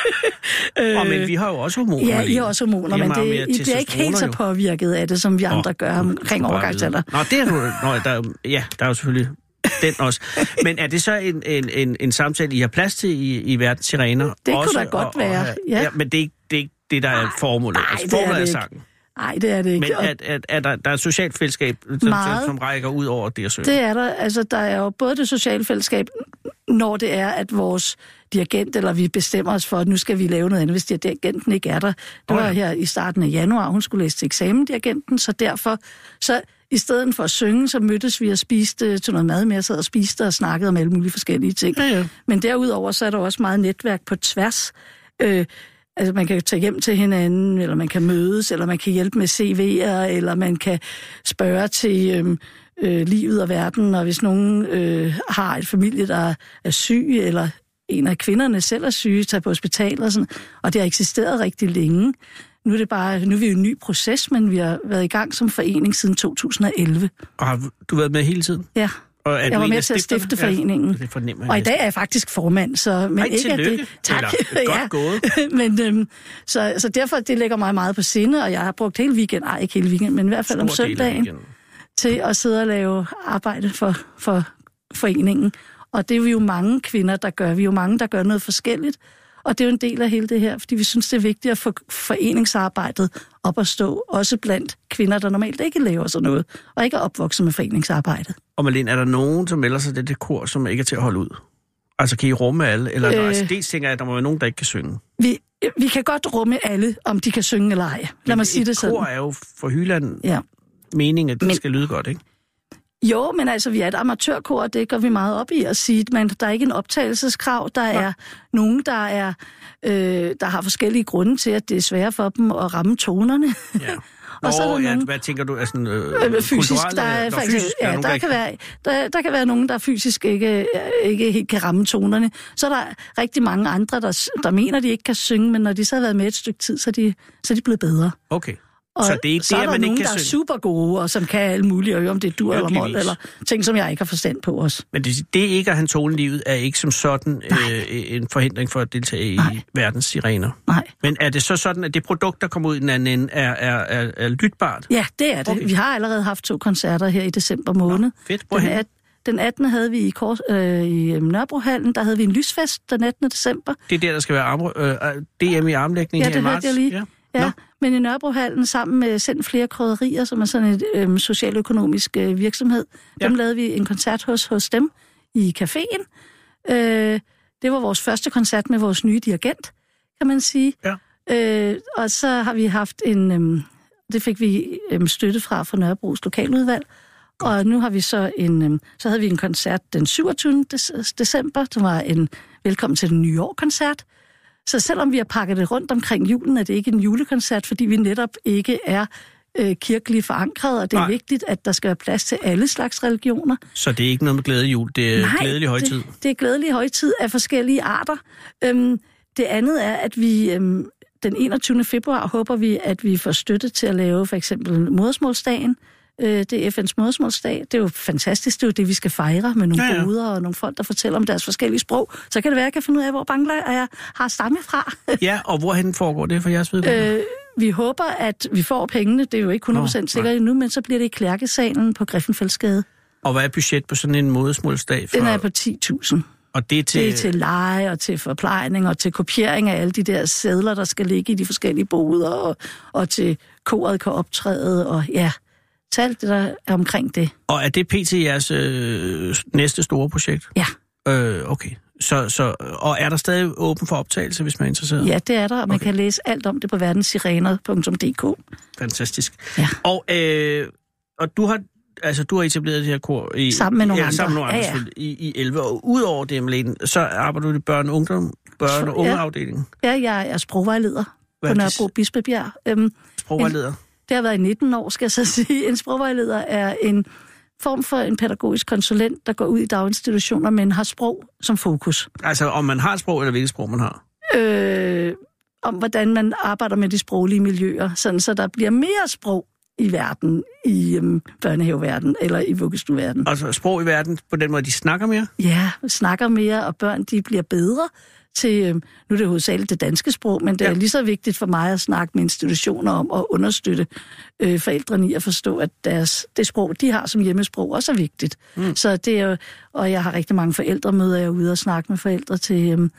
ja. Og men vi har jo også hormoner. Ja, I har også hormoner, men det, I bliver ikke helt så påvirket af det, som vi andre oh, gør omkring overgangsalder. Nå, det er du... Nå, der, ja, der er jo selvfølgelig den også. Men er det så en, en, en, en samtale, I har plads til i, i Verdens Sirener? Det også, kunne da godt og, være, og, ja. ja. Men det er, det er ikke det, der er formålet. Nej, altså, det er formålet det er ikke. sangen. Nej, det er det ikke. Men at, at, at der, der er et socialt fællesskab, som, som rækker ud over det at synge. Det er der. Altså, der er jo både det sociale fællesskab, når det er, at vores dirigent, eller vi bestemmer os for, at nu skal vi lave noget andet, hvis dirigenten ikke er der. Det var oh, ja. her i starten af januar, hun skulle læse til eksamen, dirigenten, så derfor, så i stedet for at synge, så mødtes vi og spiste til noget mad med, sad og spiste og snakkede om alle mulige forskellige ting. Ja, ja. Men derudover, så er der også meget netværk på tværs. Øh, Altså, man kan tage hjem til hinanden, eller man kan mødes, eller man kan hjælpe med C V'er, eller man kan spørge til øh, øh, livet og verden, og hvis nogen øh, har et familie, der er syg, eller en af kvinderne selv er syge, tager på hospitalet og sådan, og det har eksisteret rigtig længe. Nu er det bare, nu er vi jo en ny proces, men vi har været i gang som forening siden to tusind og elleve. Og har du været med hele tiden? Ja. Og jeg var med til at stifte foreningen. Ja, det fornemmer jeg. Og i dag er jeg faktisk formand, så men Ej, ikke at det. Tak. Eller, godt ja. gået. men øhm, så så derfor det ligger mig meget på sinde, og jeg har brugt hele weekenden, ej ikke hele weekenden, men i hvert fald om søndagen til at sidde og lave arbejde for for foreningen. Og det er vi jo mange kvinder, der gør. Vi er jo mange, der gør noget forskelligt. Og det er jo en del af hele det her, fordi vi synes, det er vigtigt at få foreningsarbejdet op at stå, også blandt kvinder, der normalt ikke laver sådan noget, og ikke er opvokset med foreningsarbejdet. Og Malene, er der nogen, som melder sig til det kor, som ikke er til at holde ud? Altså, kan I rumme alle? Eller øh, altså, dels tænker jeg, at der må være nogen, der ikke kan synge. Vi, vi kan godt rumme alle, om de kan synge eller ej. Lad Men mig sige det sådan. Et kor er jo for Hyland ja. meningen, at det Men, skal lyde godt, ikke? Jo, men altså, vi er et amatørkor, og det går vi meget op i at sige, men der er ikke en optagelseskrav. Der er ja. nogen, der er øh, der har forskellige grunde til, at det er svært for dem at ramme tonerne. Ja. Og så er der ja, nogen, hvad tænker du? Er sådan, øh, fysisk, der er, der, faktisk, fysisk, ja, der, der, kan være, der, der kan være nogen, der fysisk ikke, ikke helt kan ramme tonerne. Så er der rigtig mange andre, der, der mener, de ikke kan synge, men når de så har været med et stykke tid, så er de, så er de blevet bedre. Okay. Og så det er, så det, er der man nogen, ikke kan der er synge. super gode, og som kan alle mulige, og om det er dur eller mål, eller ting, som jeg ikke har forstand på også. Men det, det ikke at have tonelivet er ikke som sådan øh, en forhindring for at deltage Nej. i verdens sirener. Nej. Men er det så sådan, at det produkt, der kommer ud i den anden ende, er, er, er, er lytbart? Ja, det er det. Okay. Vi har allerede haft to koncerter her i december måned. Nå, fedt. Hvor den, at, den attende havde vi i, Kors, øh, i Nørrebrohallen, der havde vi en lysfest den attende december. Det er der, der skal være arm, øh, D M i armlægning ja, her i marts? Ja, det hørte jeg lige. Ja. Ja, men i Nørrebrohallen sammen med Send Flere Krydderier, som er sådan en øhm, socialøkonomisk øh, virksomhed, ja. dem lavede vi en koncert hos, hos dem i caféen. Øh, det var vores første koncert med vores nye dirigent, kan man sige. Ja. Øh, og så har vi haft en, øhm, det fik vi øhm, støtte fra fra Nørrebros lokaludvalg, og nu har vi så en, øhm, så havde vi en koncert den syvogtyvende december, som var en velkommen til den nye år-koncert. Så selvom vi har pakket det rundt omkring julen, er det ikke en julekoncert, fordi vi netop ikke er øh, kirkeligt forankret, og det er Nej. vigtigt, at der skal være plads til alle slags religioner. Så det er ikke noget med glæde jul, det er Nej, glædelig højtid? Det, det er glædelig højtid af forskellige arter. Øhm, det andet er, at vi øhm, den enogtyvende februar håber vi, at vi får støtte til at lave for eksempel modersmålsdagen. Det er F N's modersmålsdag. Det er jo fantastisk. Det er jo det, vi skal fejre med nogle ja, ja. boder og nogle folk, der fortæller om deres forskellige sprog. Så kan det være, at jeg kan finde ud af, hvor Bangla jeg har stamme fra. Ja, og hvorhen foregår det for jeres vedkommende? Øh, vi håber, at vi får pengene. Det er jo ikke hundrede procent sikkert endnu, men så bliver det i Klærkesalen på Griffenfeldsgade. Og hvad er budget på sådan en modersmålsdag? For... Den er på ti tusind. Og det er til... Det er til leje og til forplejning og til kopiering af alle de der sedler, der skal ligge i de forskellige boder, og, og til koret kan optræde, og ja... alt det, der er omkring det. Og er det P T jeres øh, næste store projekt? Ja. Øh, okay. Så, så, og er der stadig åben for optagelse, hvis man er interesseret? Ja, det er der, og man okay. kan læse alt om det på verdenssirener punktum d k. Fantastisk. Ja. Og, øh, og du har altså du har etableret det her kor i sammen med nogle ja, andre, sammen med nogle ja, andre ja. i, i elleve år. Udover det, Malene, så arbejder du i børne- og ungdom, børne- og ungeafdelingen. Ja, jeg er sprogvejleder på Nørrebro Bispebjerg. Øhm, sprogvejleder? En, det har været i nitten år, skal jeg så sige. En sprogvejleder er en form for en pædagogisk konsulent, der går ud i daginstitutioner, men har sprog som fokus. Altså om man har et sprog, eller hvilket sprog man har? Øh, om hvordan man arbejder med de sproglige miljøer, sådan så der bliver mere sprog i verden, i øhm, børnehaveverdenen eller i vuggestueverdenen. Altså sprog i verden på den måde, de snakker mere? Ja, snakker mere, og børn de bliver bedre til, øhm, nu er det hovedsageligt det danske sprog, men det ja. er lige så vigtigt for mig at snakke med institutioner om at understøtte øh, forældrene i at forstå, at deres, det sprog, de har som hjemmesprog, også er vigtigt. Mm. Så det er, og jeg har rigtig mange forældremøder, jeg er ude og snakke med forældre til, øhm,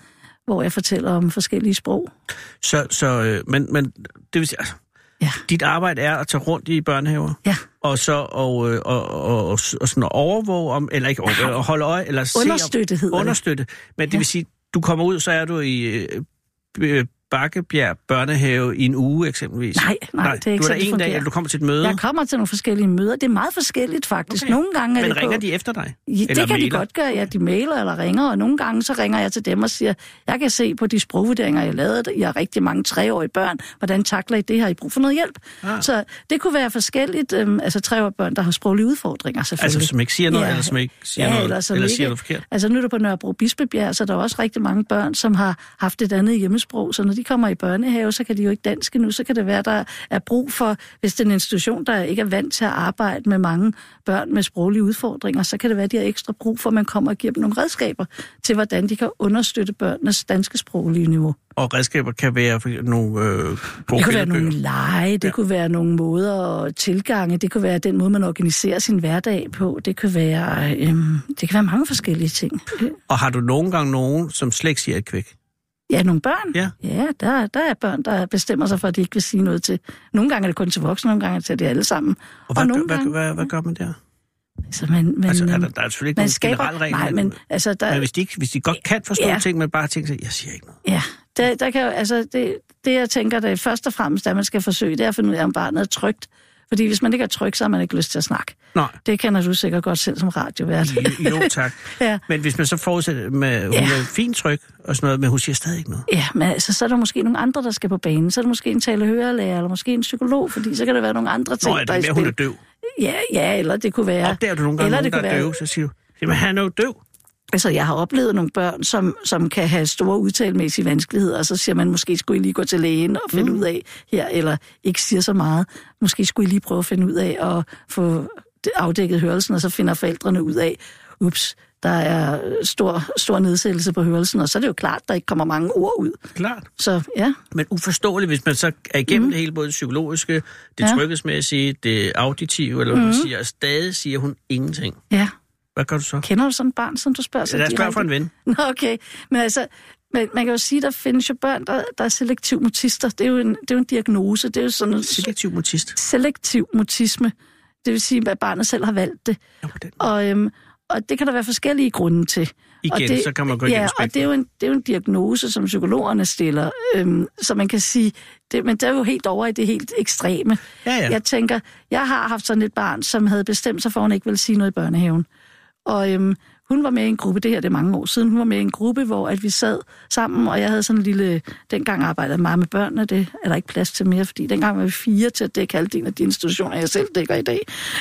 hvor jeg fortæller om forskellige sprog. Så, så øh, men, men det vil sige, altså, ja. Dit arbejde er at tage rundt i børnehaver? Ja. Og så og, og, og, og, og sådan at overvåge om, eller ikke overvåge, holde øje, eller se understøtte hedder understøtte. Men det ja. vil sige, du kommer ud, så er du i øh, Bakkebjerg børnehave i en uge eksempelvis? Nej, nej, nej det er ikke du er sådan, der en dag, eller du kommer til et møde? Jeg kommer til nogle forskellige møder. Det er meget forskelligt faktisk. Okay. Nogle gange er Men det ringer på... de efter dig? Ja, det kan mailer? de godt gøre. Ja, de mailer eller ringer, og nogle gange så ringer jeg til dem og siger, jeg kan se på de sprogvurderinger, jeg lavede, I har rigtig mange treårige børn. Hvordan takler I det? Har I brug for noget hjælp? Ah. Så det kunne være forskelligt. Øhm, altså treårige børn, der har sproglige udfordringer selvfølgelig. Altså som ikke siger noget, ja. eller som ikke siger ja, noget, eller, eller ikke, siger noget forkert? Altså nu er du på Nørrebro Bispebjerg, så der er også rigtig mange børn, som har haft et andet hjemmesprog. Så når de kommer i børnehave, så kan de jo ikke dansk nu, så kan det være, der er brug for, hvis det er en institution, der ikke er vant til at arbejde med mange børn med sproglige udfordringer, så kan det være, at de har ekstra brug for, at man kommer og giver dem nogle redskaber til, hvordan de kan understøtte børnenes danske sproglige niveau. Og redskaber kan være nogle øh, Det kunne være nogle lege, det ja. kunne være nogle måder og tilgange, det kunne være den måde, man organiserer sin hverdag på, det kunne være, øh, det kan være mange forskellige ting. Og har du nogle gange nogen, som slet ikke siger et kvæk? Ja, nogle børn. Ja, ja der, der er børn, der bestemmer sig for, at de ikke vil sige noget til. Nogle gange er det kun til voksne, nogle gange er det til det alle sammen. Og, hvad, og nogle hvad, gange, hvad, hvad, hvad gør man der? Altså, man, man, altså er der, der er selvfølgelig ikke nogen skaber, generelle regler. Nej, men, altså, der, men hvis de, hvis de godt kan forstå ja. ting, men bare tænker sig, jeg siger ikke noget. Ja, der, der kan jo, altså, det, det jeg tænker, det først og fremmest, at man skal forsøge, det er at finde ud af, om barnet er trygt. Fordi hvis man ikke er tryg, så har man ikke lyst til at snakke. Nej. Det kender du sikkert godt selv som radiovært. Jo, jo tak. ja. Men hvis man så forudsætter, med, hun ja. er fint tryg og sådan noget, men hun siger stadig ikke noget. Ja, men altså, så er der måske nogle andre, der skal på banen. Så er der måske en tale-hørelærer, eller måske en psykolog, fordi så kan der være nogle andre ting, Nå, er det der er i mere, spil. hun er døv? Ja, ja, eller det kunne være... Opdager du nogle gange nogen, der er være... døv, så siger du, jamen han er jo døv. Altså, jeg har oplevet nogle børn, som, som kan have store udtalemæssige vanskeligheder, og så siger man, måske skulle I lige gå til lægen og finde mm. ud af her, eller ikke siger så meget. Måske skulle I lige prøve at finde ud af at få afdækket hørelsen, og så finder forældrene ud af, ups, der er stor, stor nedsættelse på hørelsen, og så er det jo klart, der ikke kommer mange ord ud. Klart. Så, ja. Men uforståeligt, hvis man så er igennem mm. det hele, både det psykologiske, det ja. tryghedsmæssige, det auditive, eller hvad mm. man siger, og stadig siger hun ingenting. Ja. Hvad gør du så? Kender du sådan et barn, som du spørger? Så jeg spørger for en ven. Nå, okay. Men altså, man, man kan jo sige, der findes jo børn, der, der er selektiv mutister. Det er, jo en, det er jo en diagnose. Det er jo sådan en selektiv mutist? Selektiv mutisme. Det vil sige, at barnet selv har valgt det. Ja, på den. Og, øhm, og det kan der være forskellige grunde til. Igen, og det, så kan man gå igennem Ja, og det er, jo en, det er jo en diagnose, som psykologerne stiller. Øhm, så man kan sige, det, men det er jo helt over i det helt ekstreme. Ja, ja. Jeg tænker, jeg har haft sådan et barn, som havde bestemt sig for, at hun ikke ville sige noget i børnehaven. Og øhm, hun var med i en gruppe, det her det er mange år siden, hun var med i en gruppe, hvor at vi sad sammen, og jeg havde sådan en lille, dengang arbejdede meget med børnene, det er der ikke plads til mere, fordi dengang var vi fire til at dække halvdelen af de institutioner, jeg selv dækker i dag.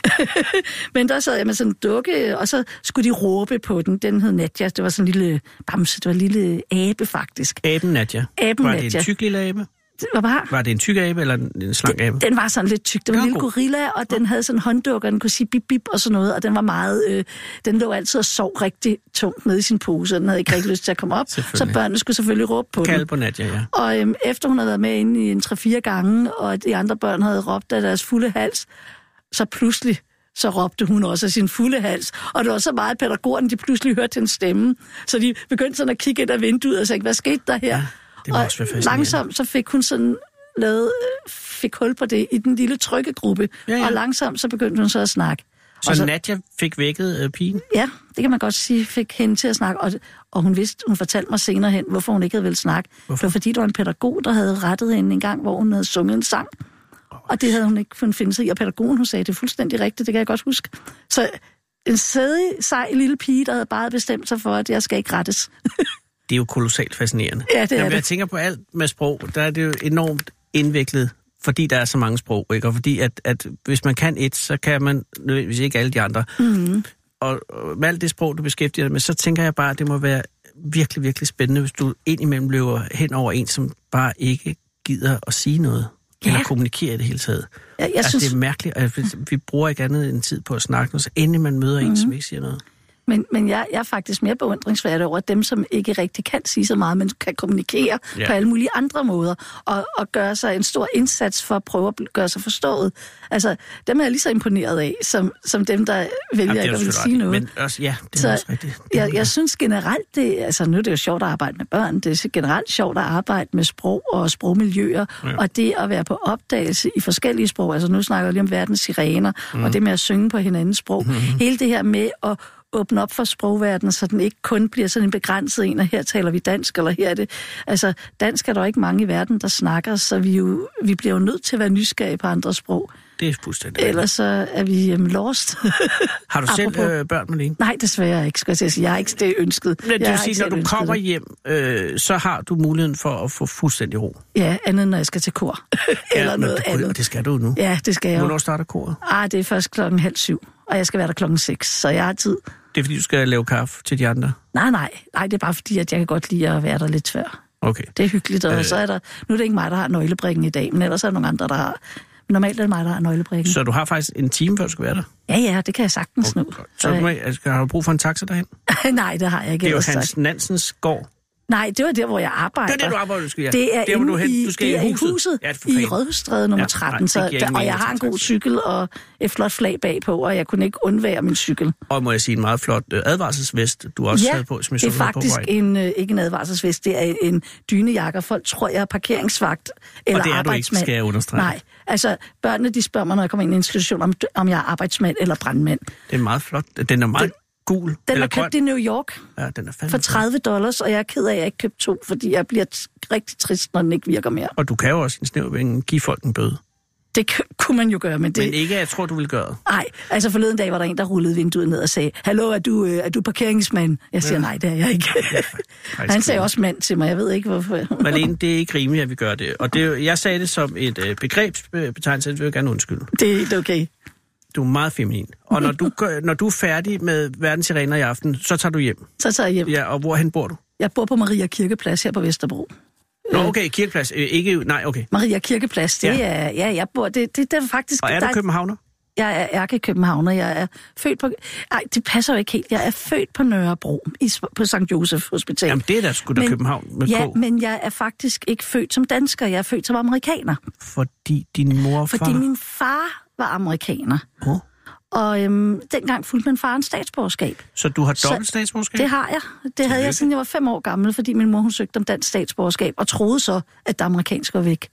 Men der sad jeg med sådan en dukke, og så skulle de råbe på den, den hed Nadja, det var sådan en lille bamse, det var en lille abe faktisk. Aben Nadja? Aben var Nadja. det en tyk lille abe? Det var, bare... var det en tyk abe eller en slank abe? Den, den var sådan lidt tyk. Det var en lille gorilla, og den havde sådan en hånddukker, den kunne sige bip bip og sådan noget, og den var meget, øh, den lå altid og sov rigtig tungt nede i sin pose, og den havde ikke rigtig lyst til at komme op, så børnene skulle selvfølgelig råbe på den. Kalde på Nadja, ja. Og øhm, efter hun havde været med inde i en tre-fire gange, og de andre børn havde råbt af deres fulde hals, så pludselig så råbte hun også af sin fulde hals. Og det var så meget, at pædagogerne, de pludselig hørte hendes stemme, så de begyndte sådan at kigge ind ad vinduet og sagde, hvad skete der her? Ja. Og langsomt så fik hun sådan lavet, fik hul på det i den lille trykkegruppe, ja, ja. Og langsomt så begyndte hun så at snakke. Så, så Nadja fik vækket øh, pigen? Ja, det kan man godt sige, fik hende til at snakke, og, og hun vidste, hun fortalte mig senere hen, hvorfor hun ikke havde vel snakke. Hvorfor? Det var fordi, der var en pædagog, der havde rettet hende en gang, hvor hun havde sunget en sang, oh, og det havde hun ikke fundet finde sig i, og pædagogen, hun sagde, det er fuldstændig rigtigt, det kan jeg godt huske. Så en sædig, sej lille pige, der havde bare bestemt sig for, at jeg skal ikke rettes. Det er jo kolossalt fascinerende. Ja, det er Jamen, det. Jeg tænker på alt med sprog, der er det jo enormt indviklet, fordi der er så mange sprog, ikke? Og fordi at, at hvis man kan et, så kan man nødvendigvis ikke alle de andre. Mm-hmm. Og, og med alt det sprog, du beskæftiger dig med, så tænker jeg bare, at det må være virkelig, virkelig spændende, hvis du indimellem løber hen over en, som bare ikke gider at sige noget. Ja. Eller kommunikere i det hele taget. Ja, jeg altså, synes... Det er mærkeligt, at vi bruger ikke andet end tid på at snakke, og så endelig man møder mm-hmm. en, som ikke siger noget. Men, men jeg, jeg er faktisk mere beundringsværdig over dem, som ikke rigtig kan sige så meget, men kan kommunikere ja. på alle mulige andre måder, og, og gøre sig en stor indsats for at prøve at gøre sig forstået. Altså, dem er jeg lige så imponeret af, som, som dem, der vælger ja, ikke at vil sige noget. Men også, ja, det er så også rigtigt. Jeg, jeg synes generelt, det, altså nu er det jo sjovt at arbejde med børn, det er generelt sjovt at arbejde med sprog og sprogmiljøer, ja. og det at være på opdagelse i forskellige sprog, altså nu snakker jeg lige om verdens sirener, mm. og det med at synge på hinandens sprog. Mm-hmm. Hele det her med at åbne op for sprogverdenen, så den ikke kun bliver sådan en begrænset en, og her taler vi dansk, eller her er det. Altså, dansk er der ikke mange i verden, der snakker, så vi, jo, vi bliver jo nødt til at være nysgerrige på andre sprog. Det er fuldstændig. Ellers så er vi um, lost. Har du selv øh, børn, Malene? Nej, desværre ikke, skal jeg sige. Jeg har ikke det ønsket. Men det vil sige, når du ønsket. kommer hjem, øh, så har du muligheden for at få fuldstændig ro. Ja, andet når jeg skal til kor. Eller ja, noget du, andet. Det skal du nu. Ja, det skal jeg. Hvornår starter koret? Ah, det er først klokken halv syv, og jeg skal være der klokken seks, så jeg har tid. Det er fordi, du skal lave kaffe til de andre? Nej, nej. Nej, det er bare fordi, at jeg kan godt lide at være der lidt før. Okay. Det er hyggeligt, og øh... så er der... Nu er det ikke mig, der har nøglebrikken i dag, men ellers er der nogle andre, der har... Normalt er det mig, der har nøglebrikken. Så du har faktisk en time, før du skal være der? Ja, ja, det kan jeg sagtens okay. nu. Så du med, altså, har du brug for en taxa derhen? Nej, det har jeg ikke. Det er jo Hans Nansens gård. Nej, det var der, hvor jeg arbejder. Det er der, du arbejder, du skal, ja. Det er der, hvor du, hen, i, du skal det i er huset, i huset ja, i Rådhusstræde nummer tretten, ja, nej, så, der, og jeg har en god cykel og et flot flag bagpå, og jeg kunne ikke undvære min cykel. Og må jeg sige, en meget flot uh, advarselsvest, du også ja, havde på. Som jeg det er så faktisk på en, uh, ikke en advarselsvest, det er en dynejakke. Folk tror, jeg er parkeringsvagt eller arbejdsmand. Og det er arbejdsmand. du ikke, skal jeg understrege. Nej, altså børnene, de spørger mig, når jeg kommer ind i en institution, om, om jeg er arbejdsmand eller brandmand. Det er meget flot. Den er meget... Den... gul den eller er købt grøn. i New York ja, den er for tredive dollars, og jeg er ked af, at jeg ikke købte to, fordi jeg bliver t- rigtig trist, når den ikke virker mere. Og du kan jo også i en snævervænge give folk en bøde. Det k- kunne man jo gøre, men det... Men ikke, jeg tror, du vil gøre det. Nej, altså forleden dag var der en, der rullede vinduet ned og sagde, hallo, er du, er du parkeringsmand? Jeg siger, ja. nej, det er jeg ikke. Han sagde også mand til mig, jeg ved ikke, hvorfor. Malene, det er ikke rimeligt, at vi gør det. Og det, jeg sagde det som et øh, begrebsbetegnelse, det vil jeg gerne undskylde. Det er okay. Du er meget feminin. Og når du, når du er færdig med verdens sirener i aften, så tager du hjem. Så tager jeg hjem. Ja, og hvorhen bor du? Jeg bor på Maria Kirkeplads her på Vesterbro. Nå, okay, Kirkeplads. Øh, ikke, nej, okay. Maria Kirkeplads, det ja. er, ja, jeg bor, det, det, det er faktisk... Og er du københavner? Jeg er ærkekøbenhavner. Jeg er født på... Ej, det passer jo ikke helt. Jeg er født på Nørrebro, i, på Sankt Josef Hospital. Jamen, det er da sgu da København med Ja, K. men jeg er faktisk ikke født som dansker. Jeg er født som amerikaner. Fordi din mor og far... Fordi min far var amerikaner. Oh. Og øhm, dengang fulgte min far en statsborgerskab. Så du har dobbelt statsborgerskab? Det har jeg. Det havde jeg, siden jeg var fem år gammel, fordi min mor hun søgte om dansk statsborgerskab, og troede så, at det amerikanske var væk.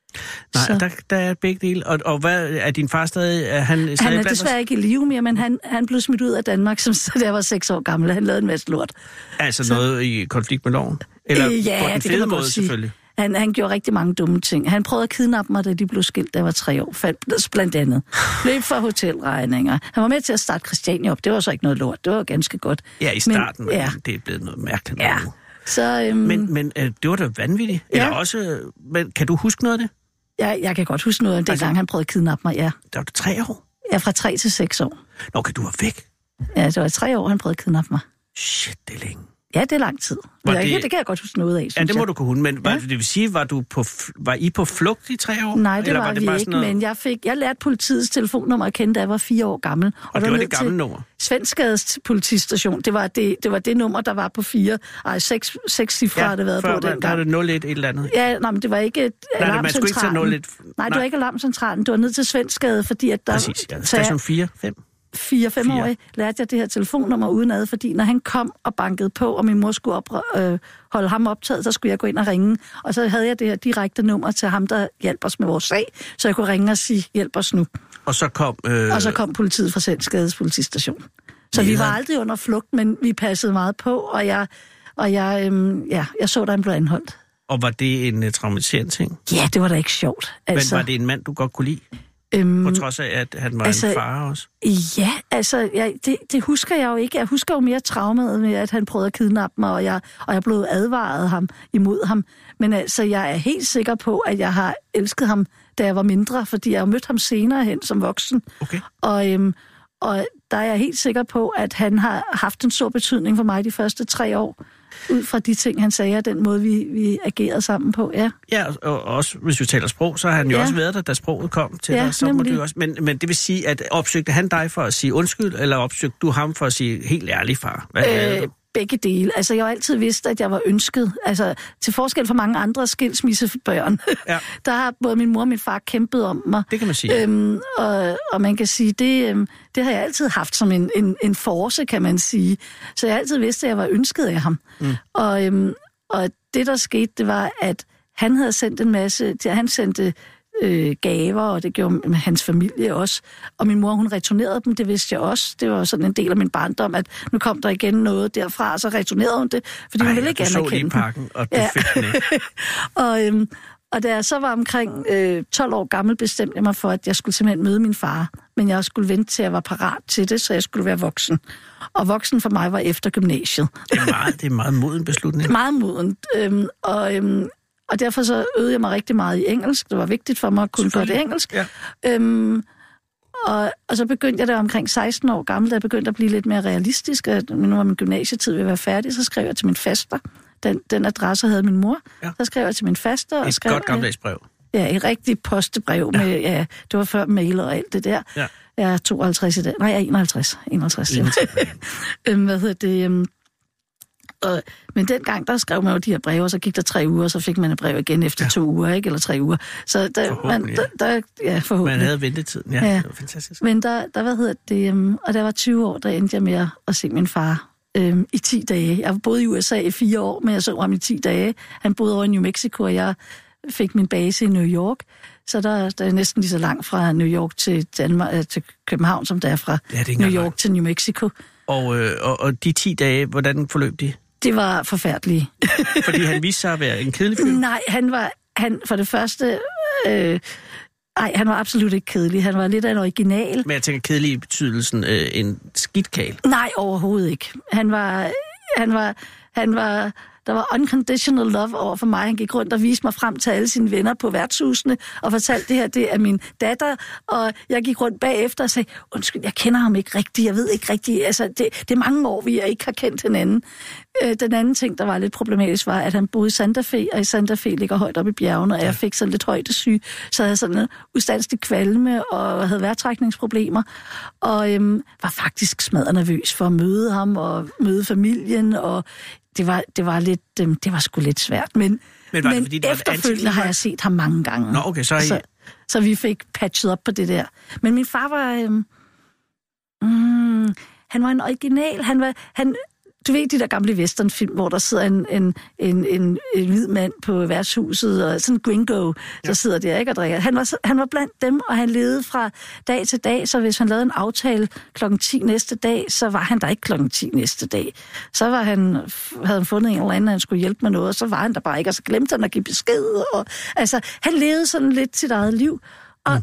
Nej, der, der er begge dele. Og, og hvad er din far stadig? Er han, stadig han er desværre ikke i live mere, men han, han blev smidt ud af Danmark, som da jeg var seks år gammel. Han lavede en masse lort. Altså så, noget i konflikt med loven? Eller øh, ja, på den fede måde, selvfølgelig? Han, han gjorde rigtig mange dumme ting. Han prøvede at kidnappe mig, da de blev skilt, da jeg var tre år. Faldt, blandt andet. Løb for hotelregninger. Han var med til at starte Christiania op. Det var så ikke noget lort. Det var ganske godt. Ja, i starten, men, ja. men det er blevet noget mærkeligt. Ja. Så, øhm, men men øh, det var da vanvittigt. Ja. Eller også, men kan du huske noget af det? Ja, jeg kan godt huske noget af det, altså, gang han prøvede at kidnappe mig, ja. Der var du tre år? Ja, fra tre til seks år. Nå, okay, du var væk? Ja, det var tre år, han prøvede at kidnappe mig. Shit, det er længe. Ja, det er lang tid. Var det... Det... det kan jeg godt huske noget af, synes Ja, det må jeg. du kunne, men ja. var, det vil sige, var, du på, var I på flugt i tre år? Nej, det Eller var, var det vi bare ikke, noget... men jeg, fik, jeg lærte politiets telefonnummer at kende, da jeg var fire år gammel. Og, og det var det gamle nummer? Svenskades politistation. Det var det, det var det nummer, der var på fire. Ej, seks, seks cifre ja, har det været før, på dengang. Der er det nul et et eller andet. Ja, nej, men det var ikke nej, man skulle ikke tage nul et. Nej, det var ikke alarmcentralen. Det var ned til Svenskade, fordi at der... Præcis, ja. Station fire, fem. fire-fem-årig lærte jeg det her telefonnummer udenad, fordi når han kom og bankede på, og min mor skulle op, øh, holde ham optaget, så skulle jeg gå ind og ringe. Og så havde jeg det her direkte nummer til ham, der hjalp os med vores sag, så jeg kunne ringe og sige, hjælp os nu. Og så kom... Øh... Og så kom politiet fra Svenskades politistation. Så ja. Vi var aldrig under flugt, men vi passede meget på, og jeg, og jeg, øhm, ja, jeg så, da han blev anholdt. Og var det en uh, traumatiserende ting? Ja, det var da ikke sjovt. Altså, men var det en mand, du godt kunne lide? Øhm, på trods af, at han var altså, en far også? Ja, altså, ja, det, det husker jeg jo ikke. Jeg husker jo mere traumet med, at han prøvede at kidnappe mig, og jeg, og jeg blev advaret ham imod ham. Men altså, jeg er helt sikker på, at jeg har elsket ham, da jeg var mindre, fordi jeg har mødt ham senere hen som voksen. Okay. Og, øhm, og der er jeg helt sikker på, at han har haft en stor betydning for mig de første tre år. ud fra de ting, han sagde, og den måde, vi, vi agerede sammen på, ja. Ja, og også hvis vi taler sprog, så har han jo ja. også været der, da sproget kom til ja, dig. Så må du også, men, men det vil sige, at opsøgte han dig for at sige undskyld, eller opsøgte du ham for at sige helt ærlig, far? Hvad øh, begge dele. Altså, jeg har altid vidst, at jeg var ønsket. Altså, til forskel fra mange andre skilsmissebørn, ja. der har både min mor og min far kæmpet om mig. Det kan man sige. Øhm, og, og man kan sige, det, øhm, det har jeg altid haft som en, en, en force, kan man sige. Så jeg har altid vidst, at jeg var ønsket af ham. Mm. Og, øhm, og det, der skete, det var, at han havde sendt en masse... Han sendte øh, gaver, og det gjorde hans familie også. Og min mor, hun returnerede dem, det vidste jeg også. Det var sådan en del af min barndom, at nu kom der igen noget derfra, og så returnerede hun det, fordi Ej, hun ville ikke anerkende den. Pakken, og du ja. fik den ikke. og, øhm, og da jeg så var omkring øh, tolv år gammel, bestemte jeg mig for, at jeg skulle simpelthen møde min far. Men jeg skulle vente til, at jeg var parat til det, så jeg skulle være voksen. Og voksen for mig var efter gymnasiet. Det er meget, det er meget moden beslutning. Meget moden. Øhm, og... Øhm, Og derfor så øvede jeg mig rigtig meget i engelsk. Det var vigtigt for mig at kunne godt engelsk. Ja. Øhm, og, og så begyndte jeg der omkring seksten år gammel, da jeg begyndte at blive lidt mere realistisk. At nu var min gymnasietid ved at være færdig, så skrev jeg til min faster. Den, den adresse havde min mor. Ja. Så skrev jeg til min faster. Et og skrev, godt gammeldags brev. Ja, et rigtigt postebrev. Ja. Med, ja, det var før mail og alt det der. Ja. Jeg er tooghalvtreds i dag. Nej, jeg er enoghalvtreds. enoghalvtreds. øhm, hvad hedder det... Øhm, Og, men dengang, der skrev man jo de her breve, og så gik der tre uger, og så fik man et brev igen efter ja. to uger, ikke? Eller tre uger. Så der, man, der, der, ja, forhåbentlig. Man havde ventetiden, ja. ja. Det var fantastisk. Men der, der hvad hedder det, um, og der var tyve år, der endte jeg med at se min far um, i ti dage. Jeg boede i U S A i fire år, men jeg så ham i ti dage. Han boede over i New Mexico, og jeg fik min base i New York. Så der, der er næsten lige så langt fra New York til, Danmark, til København, som der er fra ja, er New York langt. Til New Mexico. Og, øh, og, og de ti dage, hvordan forløb de? Det var forfærdeligt. Fordi han viste sig at være en kedelig fyr? Nej, han var, han, for det første, øh, ej, han var absolut ikke kedelig. Han var lidt af en original. Men jeg tænker kedelig i betydelsen øh, en skidtkal? Nej, overhovedet ikke. Han var, han var, han var, der var unconditional love over for mig. Han gik rundt og viste mig frem til alle sine venner på værtshusene og fortalte, det her, det er min datter. Og jeg gik rundt bagefter og sagde, undskyld, jeg kender ham ikke rigtigt, jeg ved ikke rigtigt. Altså, det, det er mange år, vi ikke har kendt hinanden. Den anden ting, der var lidt problematisk, var, at han boede i Santa Fe, og i Santa Fe ligger højt op i bjergene, og jeg fik sådan lidt højdesyge, så jeg havde sådan en ustandslig kvalme, og havde vejrtrækningsproblemer, og øhm, var faktisk smadret nervøs for at møde ham, og møde familien, og det var, det var lidt, øhm, det var sgu lidt svært, men, men, men det, fordi det efterfølgende har jeg set ham mange gange. Nå, okay, så, I... så, så vi fik patchet op på det der. Men min far var, øhm, mm, han var en original, han var, han, du ved de der gamle westernfilm, hvor der sidder en, en, en, en, en hvid mand på værtshuset, og sådan en gringo, der ja. sidder der, ikke, og drikker. Han var, han var blandt dem, og han levede fra dag til dag, så hvis han lavede en aftale klokken ti næste dag, så var han der ikke klokken ti næste dag. Så var han, havde han fundet en eller anden, han skulle hjælpe med noget, og så var han der bare ikke, og så glemte han at give besked. Og, altså, han levede sådan lidt sit eget liv, og mm.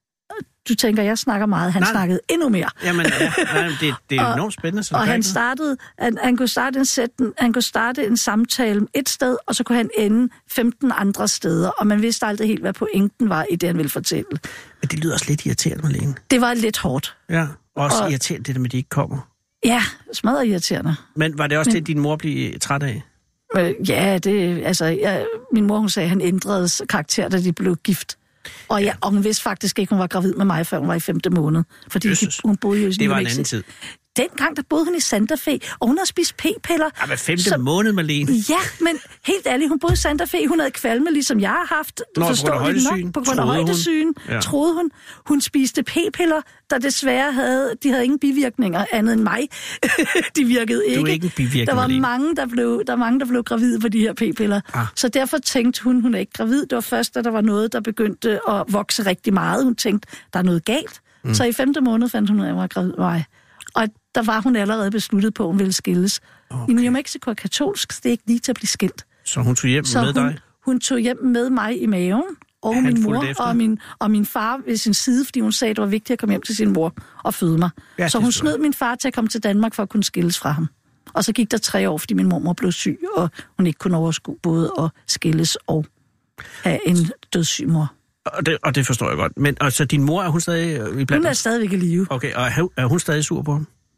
Du tænker, jeg snakker meget. Han nej, snakkede endnu mere. Jamen, ja, nej, det, det er og, enormt spændende. Så og han startede, han, han, kunne starte en sætten, han kunne starte en samtale et sted, og så kunne han ende femten andre steder, og man vidste aldrig helt, hvad pointen var i det, han ville fortælle. Men det lyder også lidt irriterende, Marlene. Det var lidt hårdt. Ja, og også og, irriterende, det der med, at de ikke kommer. Ja, smadret irriterende. Men var det også Men, det, din mor blev træt af? Øh, ja, det, altså, jeg, min mor, hun sagde, at han ændrede karakter, da de blev gift. Og, ja, og hun vidste faktisk ikke, hun var gravid med mig, før hun var i femte måned. Fordi de, hun boede jo i det var en anden tid. Dengang, der boede hun i Santa Fe, og hun havde spist p-piller. Ja, men femte så, måned, Marlene. Ja, men helt ærligt, hun boede i Santa Fe. Hun havde kvalme, ligesom jeg har haft. Nå, på grund af højdesyn. På grund af højdesyn, ja. troede hun. Hun spiste p-piller, der desværre havde, de havde ingen bivirkninger andet end mig. De virkede ikke. Du er ikke en bivirkning, der var mange, der blev, der var mange, der blev gravide på de her p-piller. Ah. Så derfor tænkte hun, hun er ikke gravid. Det var først, da der var noget, der begyndte at vokse rigtig meget. Hun tænkte, der er noget galt. Mm. Så i femte måned fandt hun, at jeg var gravid med mig. Og der var hun allerede besluttet på, at hun ville skilles. Okay. I New Mexico er katolsk, det er ikke lige til at blive skilt. Så hun tog hjem så med hun, dig? Hun tog hjem med mig i maven, og ja, min mor og min, og min far ved sin side, fordi hun sagde, at det var vigtigt at komme hjem til sin mor og føde mig. Ja, så hun snød min far til at komme til Danmark for at kunne skilles fra ham. Og så gik der tre år, fordi min mormor blev syg, og hun ikke kunne overskue både at skilles og have en dødssyg mor. Og det, og det forstår jeg godt. Men altså, din mor, er hun stadig i blandt? Hun er stadigvæk i live. Okay, og er hun stadig sur på ham?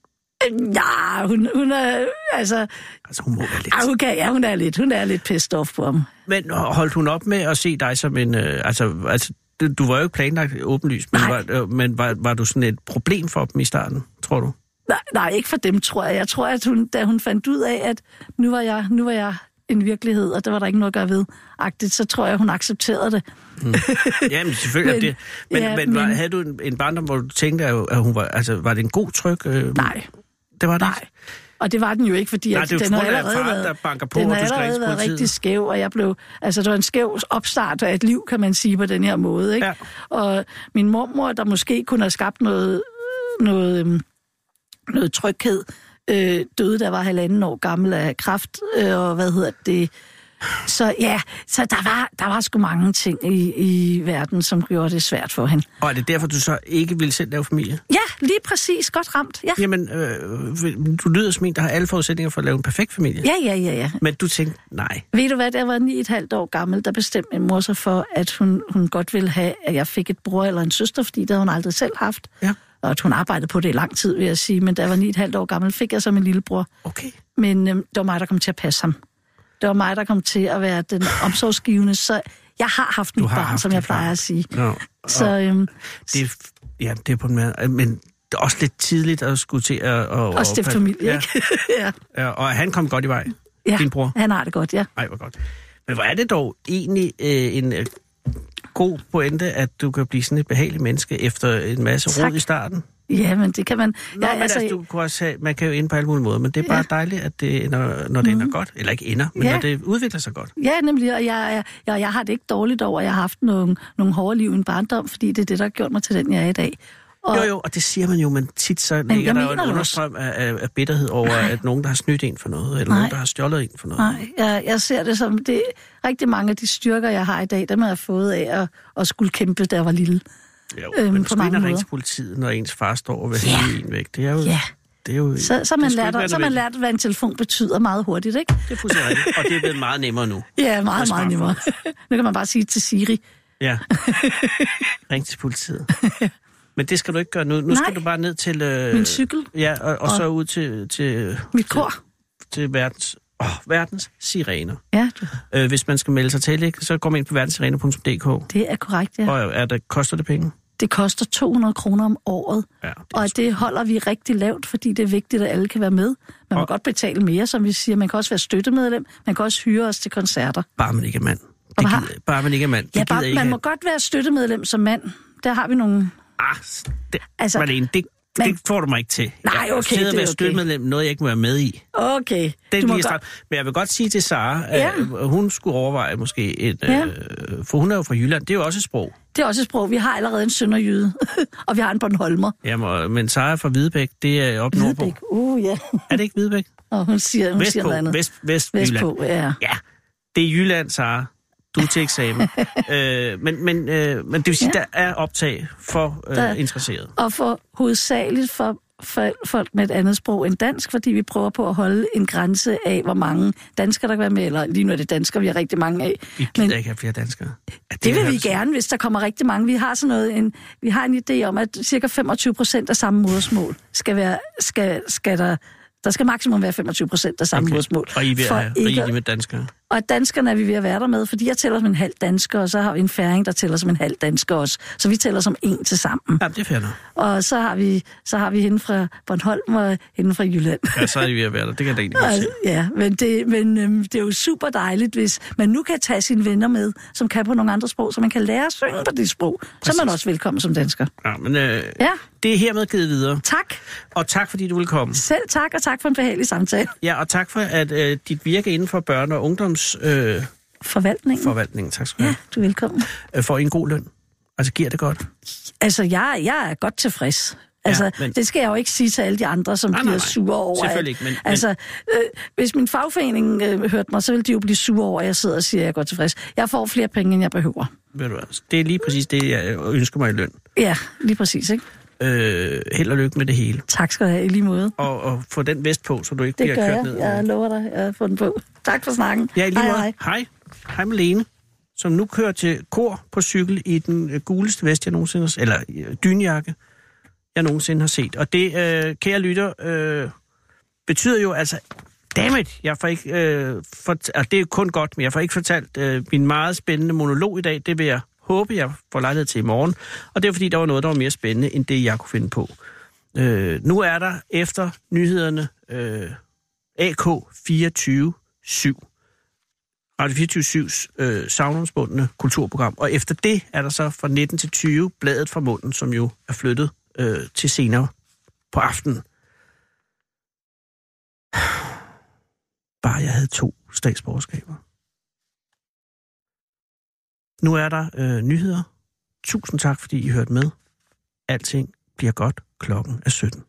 Ja, hun, hun er, altså... Altså, hun må være lidt... Ja, hun, kan, ja, hun er lidt, hun er lidt pissed off på ham. Men holdt hun op med at se dig som en... Øh, altså, altså, du, du var jo ikke planlagt åbenlyst, men, var, øh, men var, var du sådan et problem for dem i starten, tror du? Nej, nej, ikke for dem, tror jeg. Jeg tror, at hun, da hun fandt ud af, at nu var jeg, nu var jeg en virkelighed, og der var der ikke noget at gøre ved, agtigt, så tror jeg, hun accepterede det. Mm. Jamen, selvfølgelig men, det. Men, ja, men, var, men havde du en, en barndom, hvor du tænkte, at hun var... Altså, var det en god tryk? Øh, nej. Det var det Nej. Og det var den jo ikke, fordi nej, at den har allerede far, været, der banker på, den og har du allerede været rigtig skæv, og jeg blev, altså det var en skæv opstart af et liv, kan man sige, på den her måde, ikke? Ja. Og min mormor, der måske kunne have skabt noget, noget, noget tryghed, øh, døde, der var halvanden år gammel af kræft, øh, og hvad hedder det... Så ja, så der var, der var sgu mange ting i, i verden, som gjorde det svært for hende. Og er det derfor, du så ikke ville selv lave familie? Ja, lige præcis. Godt ramt, ja. Jamen, øh, du lyder som en, der har alle forudsætninger for at lave en perfekt familie. Ja, ja, ja, ja. Men du tænkte, nej. Ved du hvad, da jeg var ni et halvt år gammel, der bestemte min mor sig for, at hun, hun godt ville have, at jeg fik et bror eller en søster, fordi det havde hun aldrig selv haft. Ja. Og at hun arbejdede på det i lang tid, vil jeg sige. Men da jeg var ni et halvt år gammel, fik jeg så min lillebror. Okay. Men øh, det var mig, der kom til at passe ham. Det var mig, der kom til at være den omsorgsgivende, så jeg har haft mit barn, som jeg plejer at sige. No. Så, øhm, det, er, ja, det er på en måde, men det er også lidt tidligt at skulle til at... Og, og stifte familie, ja. ikke? ja. Ja, og han kom godt i vej, ja, din bror? han har det godt, ja. Ej, hvor godt. Men hvor er det dog egentlig øh, en øh, god pointe, at du kan blive sådan et behageligt menneske efter en masse rod i starten? Ja, men det kan man... Nå, ja, men altså, altså, du kan også have, man kan jo ende på alle mulige måder, men det er bare ja. dejligt, at det ender, når det ender mm. godt. Eller ikke ender, men ja. når det udvikler sig godt. Ja, nemlig, og jeg, jeg, jeg har det ikke dårligt over, at jeg har haft nogle, nogle hårde liv i en barndom, fordi det er det, der har gjort mig til den, jeg er i dag. Og, jo, jo, og det siger man jo, men tit så ligger der jo en understrøm af, af, af bitterhed over, Nej. at nogen, der har snydt en for noget, eller Nej. nogen, der har stjålet en for noget. Nej, jeg, jeg ser det som, det rigtig mange af de styrker, jeg har i dag, dem har jeg fået af at, at skulle kæmpe, da jeg var lille. Jo, øhm, men du skal ind og ringe til politiet, når ens far står og vil ja. hive en væk. Det er jo... Ja. Det er jo så, så man lært, så man lært, hvad en telefon betyder meget hurtigt, ikke? Det er fuldstændig rigtigt, og det er blevet meget nemmere nu. Ja, meget, meget nemmere. Nu kan man bare sige til Siri. Ja. Ring til politiet. Men det skal du ikke gøre nu. Nu Nej. skal du bare ned til... Øh, min cykel. Ja, og, og, og så ud til... til mit kor. Til, til verdens... Åh, oh, verdens sirener. Ja. Du. Øh, hvis man skal melde sig til, ikke, så går man ind på verdenssirener punktum d k. Det er korrekt, ja. Og er det, koster det penge? Det koster to hundrede kroner om året, ja, det og det holder vi rigtig lavt, fordi det er vigtigt, at alle kan være med. Man må og... godt betale mere, som vi siger. Man kan også være støttemedlem. Man kan også hyre os til koncerter. Bare man ikke er mand. Det gider, bare man ikke er mand. Det ja, bare, ikke man have... må godt være støttemedlem som mand. Der har vi nogle... Ah, det, altså, Marlene, det, men... det får du mig ikke til. Nej, okay, jeg det er okay. støttemedlem, noget jeg ikke må være med i. Okay. Den du må godt... Men jeg vil godt sige til Sara, at ja. hun skulle overveje måske et... Ja. Øh, for hun er jo fra Jylland. Det er jo også et sprog. Det er også et sprog. Vi har allerede en sønderjyde, og vi har en Bornholmer. Jamen, men Sara fra Hvidebæk, det er op nordpå. Hvidebæk, uh, ja. Er det ikke Hvidebæk? Og hun siger, hun Vestpå, siger noget andet. Vest, vest, Vestpå, Jylland. ja. Ja, det er Jylland, Sara. Du er til eksamen. øh, men, men, øh, men det vil sige, ja. der er optag for øh, der, interesserede. Og for hovedsageligt for, for folk med et andet sprog end dansk, fordi vi prøver på at holde en grænse af, hvor mange danskere, der kan være med. Eller lige nu er det danskere, vi har rigtig mange af. I gider men, ikke have flere danskere? Det, det vil vi gerne, hvis der kommer rigtig mange. Vi har sådan noget, en, vi har en idé om, at cirka femogtyve procent af samme modersmål skal være, skal, skal der... Der skal maksimum være femogtyve procent af samme okay. modersmål. Og I er ikke med danskere? Og danskerne er vi ved at være der med, fordi jeg tæller som en halv dansker, og så har vi en færing, der tæller som en halv dansker også. Så vi tæller som en til sammen. Ja, det er fair nok. Og så har vi, så har vi hende fra Bornholm og hende fra Jylland. Ja, så er I ved at være der. Det kan jeg da egentlig godt se. Ja, men, det, men øhm, det er jo super dejligt, hvis man nu kan tage sine venner med, som kan på nogle andre sprog, så man kan lære at synge på det sprog. Præcis. Så er man også velkommen som dansker. Ja, men øh, ja. det er hermed givet videre. Tak. Og tak, fordi du vil komme. Selv tak, og tak for en behagelig samtale. Ja, og tak for, at øh, dit virke inden for børne- og ungdoms... Øh, Forvaltningen. Forvaltningen, tak skal du have. Ja, du er velkommen. For en god løn. Altså, giver det godt? Altså, jeg, jeg er godt tilfreds. Altså, ja, men... det skal jeg jo ikke sige til alle de andre, som nej, bliver nej, nej. sure over. Selvfølgelig ikke, men... Altså, øh, hvis min fagforening øh, hørte mig, så ville de jo blive sure over, at jeg sidder og siger, at jeg er godt tilfreds. Jeg får flere penge, end jeg behøver. Ved du hvad? Det er lige præcis det, jeg ønsker mig i løn. Ja, lige præcis, ikke? Øh, held og lykke med det hele. Tak skal du have, i lige måde. Og, og få den vest på, så du ikke det bliver kørt jeg. ned. Det gør jeg. Jeg lover dig, jeg har fået den på. Tak for snakken. Ja, i lige hej, måde. Hej. Hej. Hej med Lene, som nu kører til kor på cykel i den guleste vest, jeg nogensinde har, eller dynjakke, jeg nogensinde har set. Og det, øh, kære lytter, øh, betyder jo altså, dammit, jeg får ikke, øh, fort, altså, det er jo kun godt, men jeg får ikke fortalt øh, min meget spændende monolog i dag. Det vil jeg håbe, jeg får lejlighed til i morgen. Og det er fordi, der var noget, der var mere spændende, end det, jeg kunne finde på. Øh, nu er der efter nyhederne øh, A K fireogtyve syv. Radio fireogtyve syvs øh, savnomsbundne kulturprogram. Og efter det er der så fra nitten til tyve Bladet fra Munden, som jo er flyttet øh, til senere på aftenen. Bare jeg havde to statsborgerskaber. Nu er der øh, nyheder. Tusind tak, fordi I hørte med. Alting bliver godt. Klokken er sytten.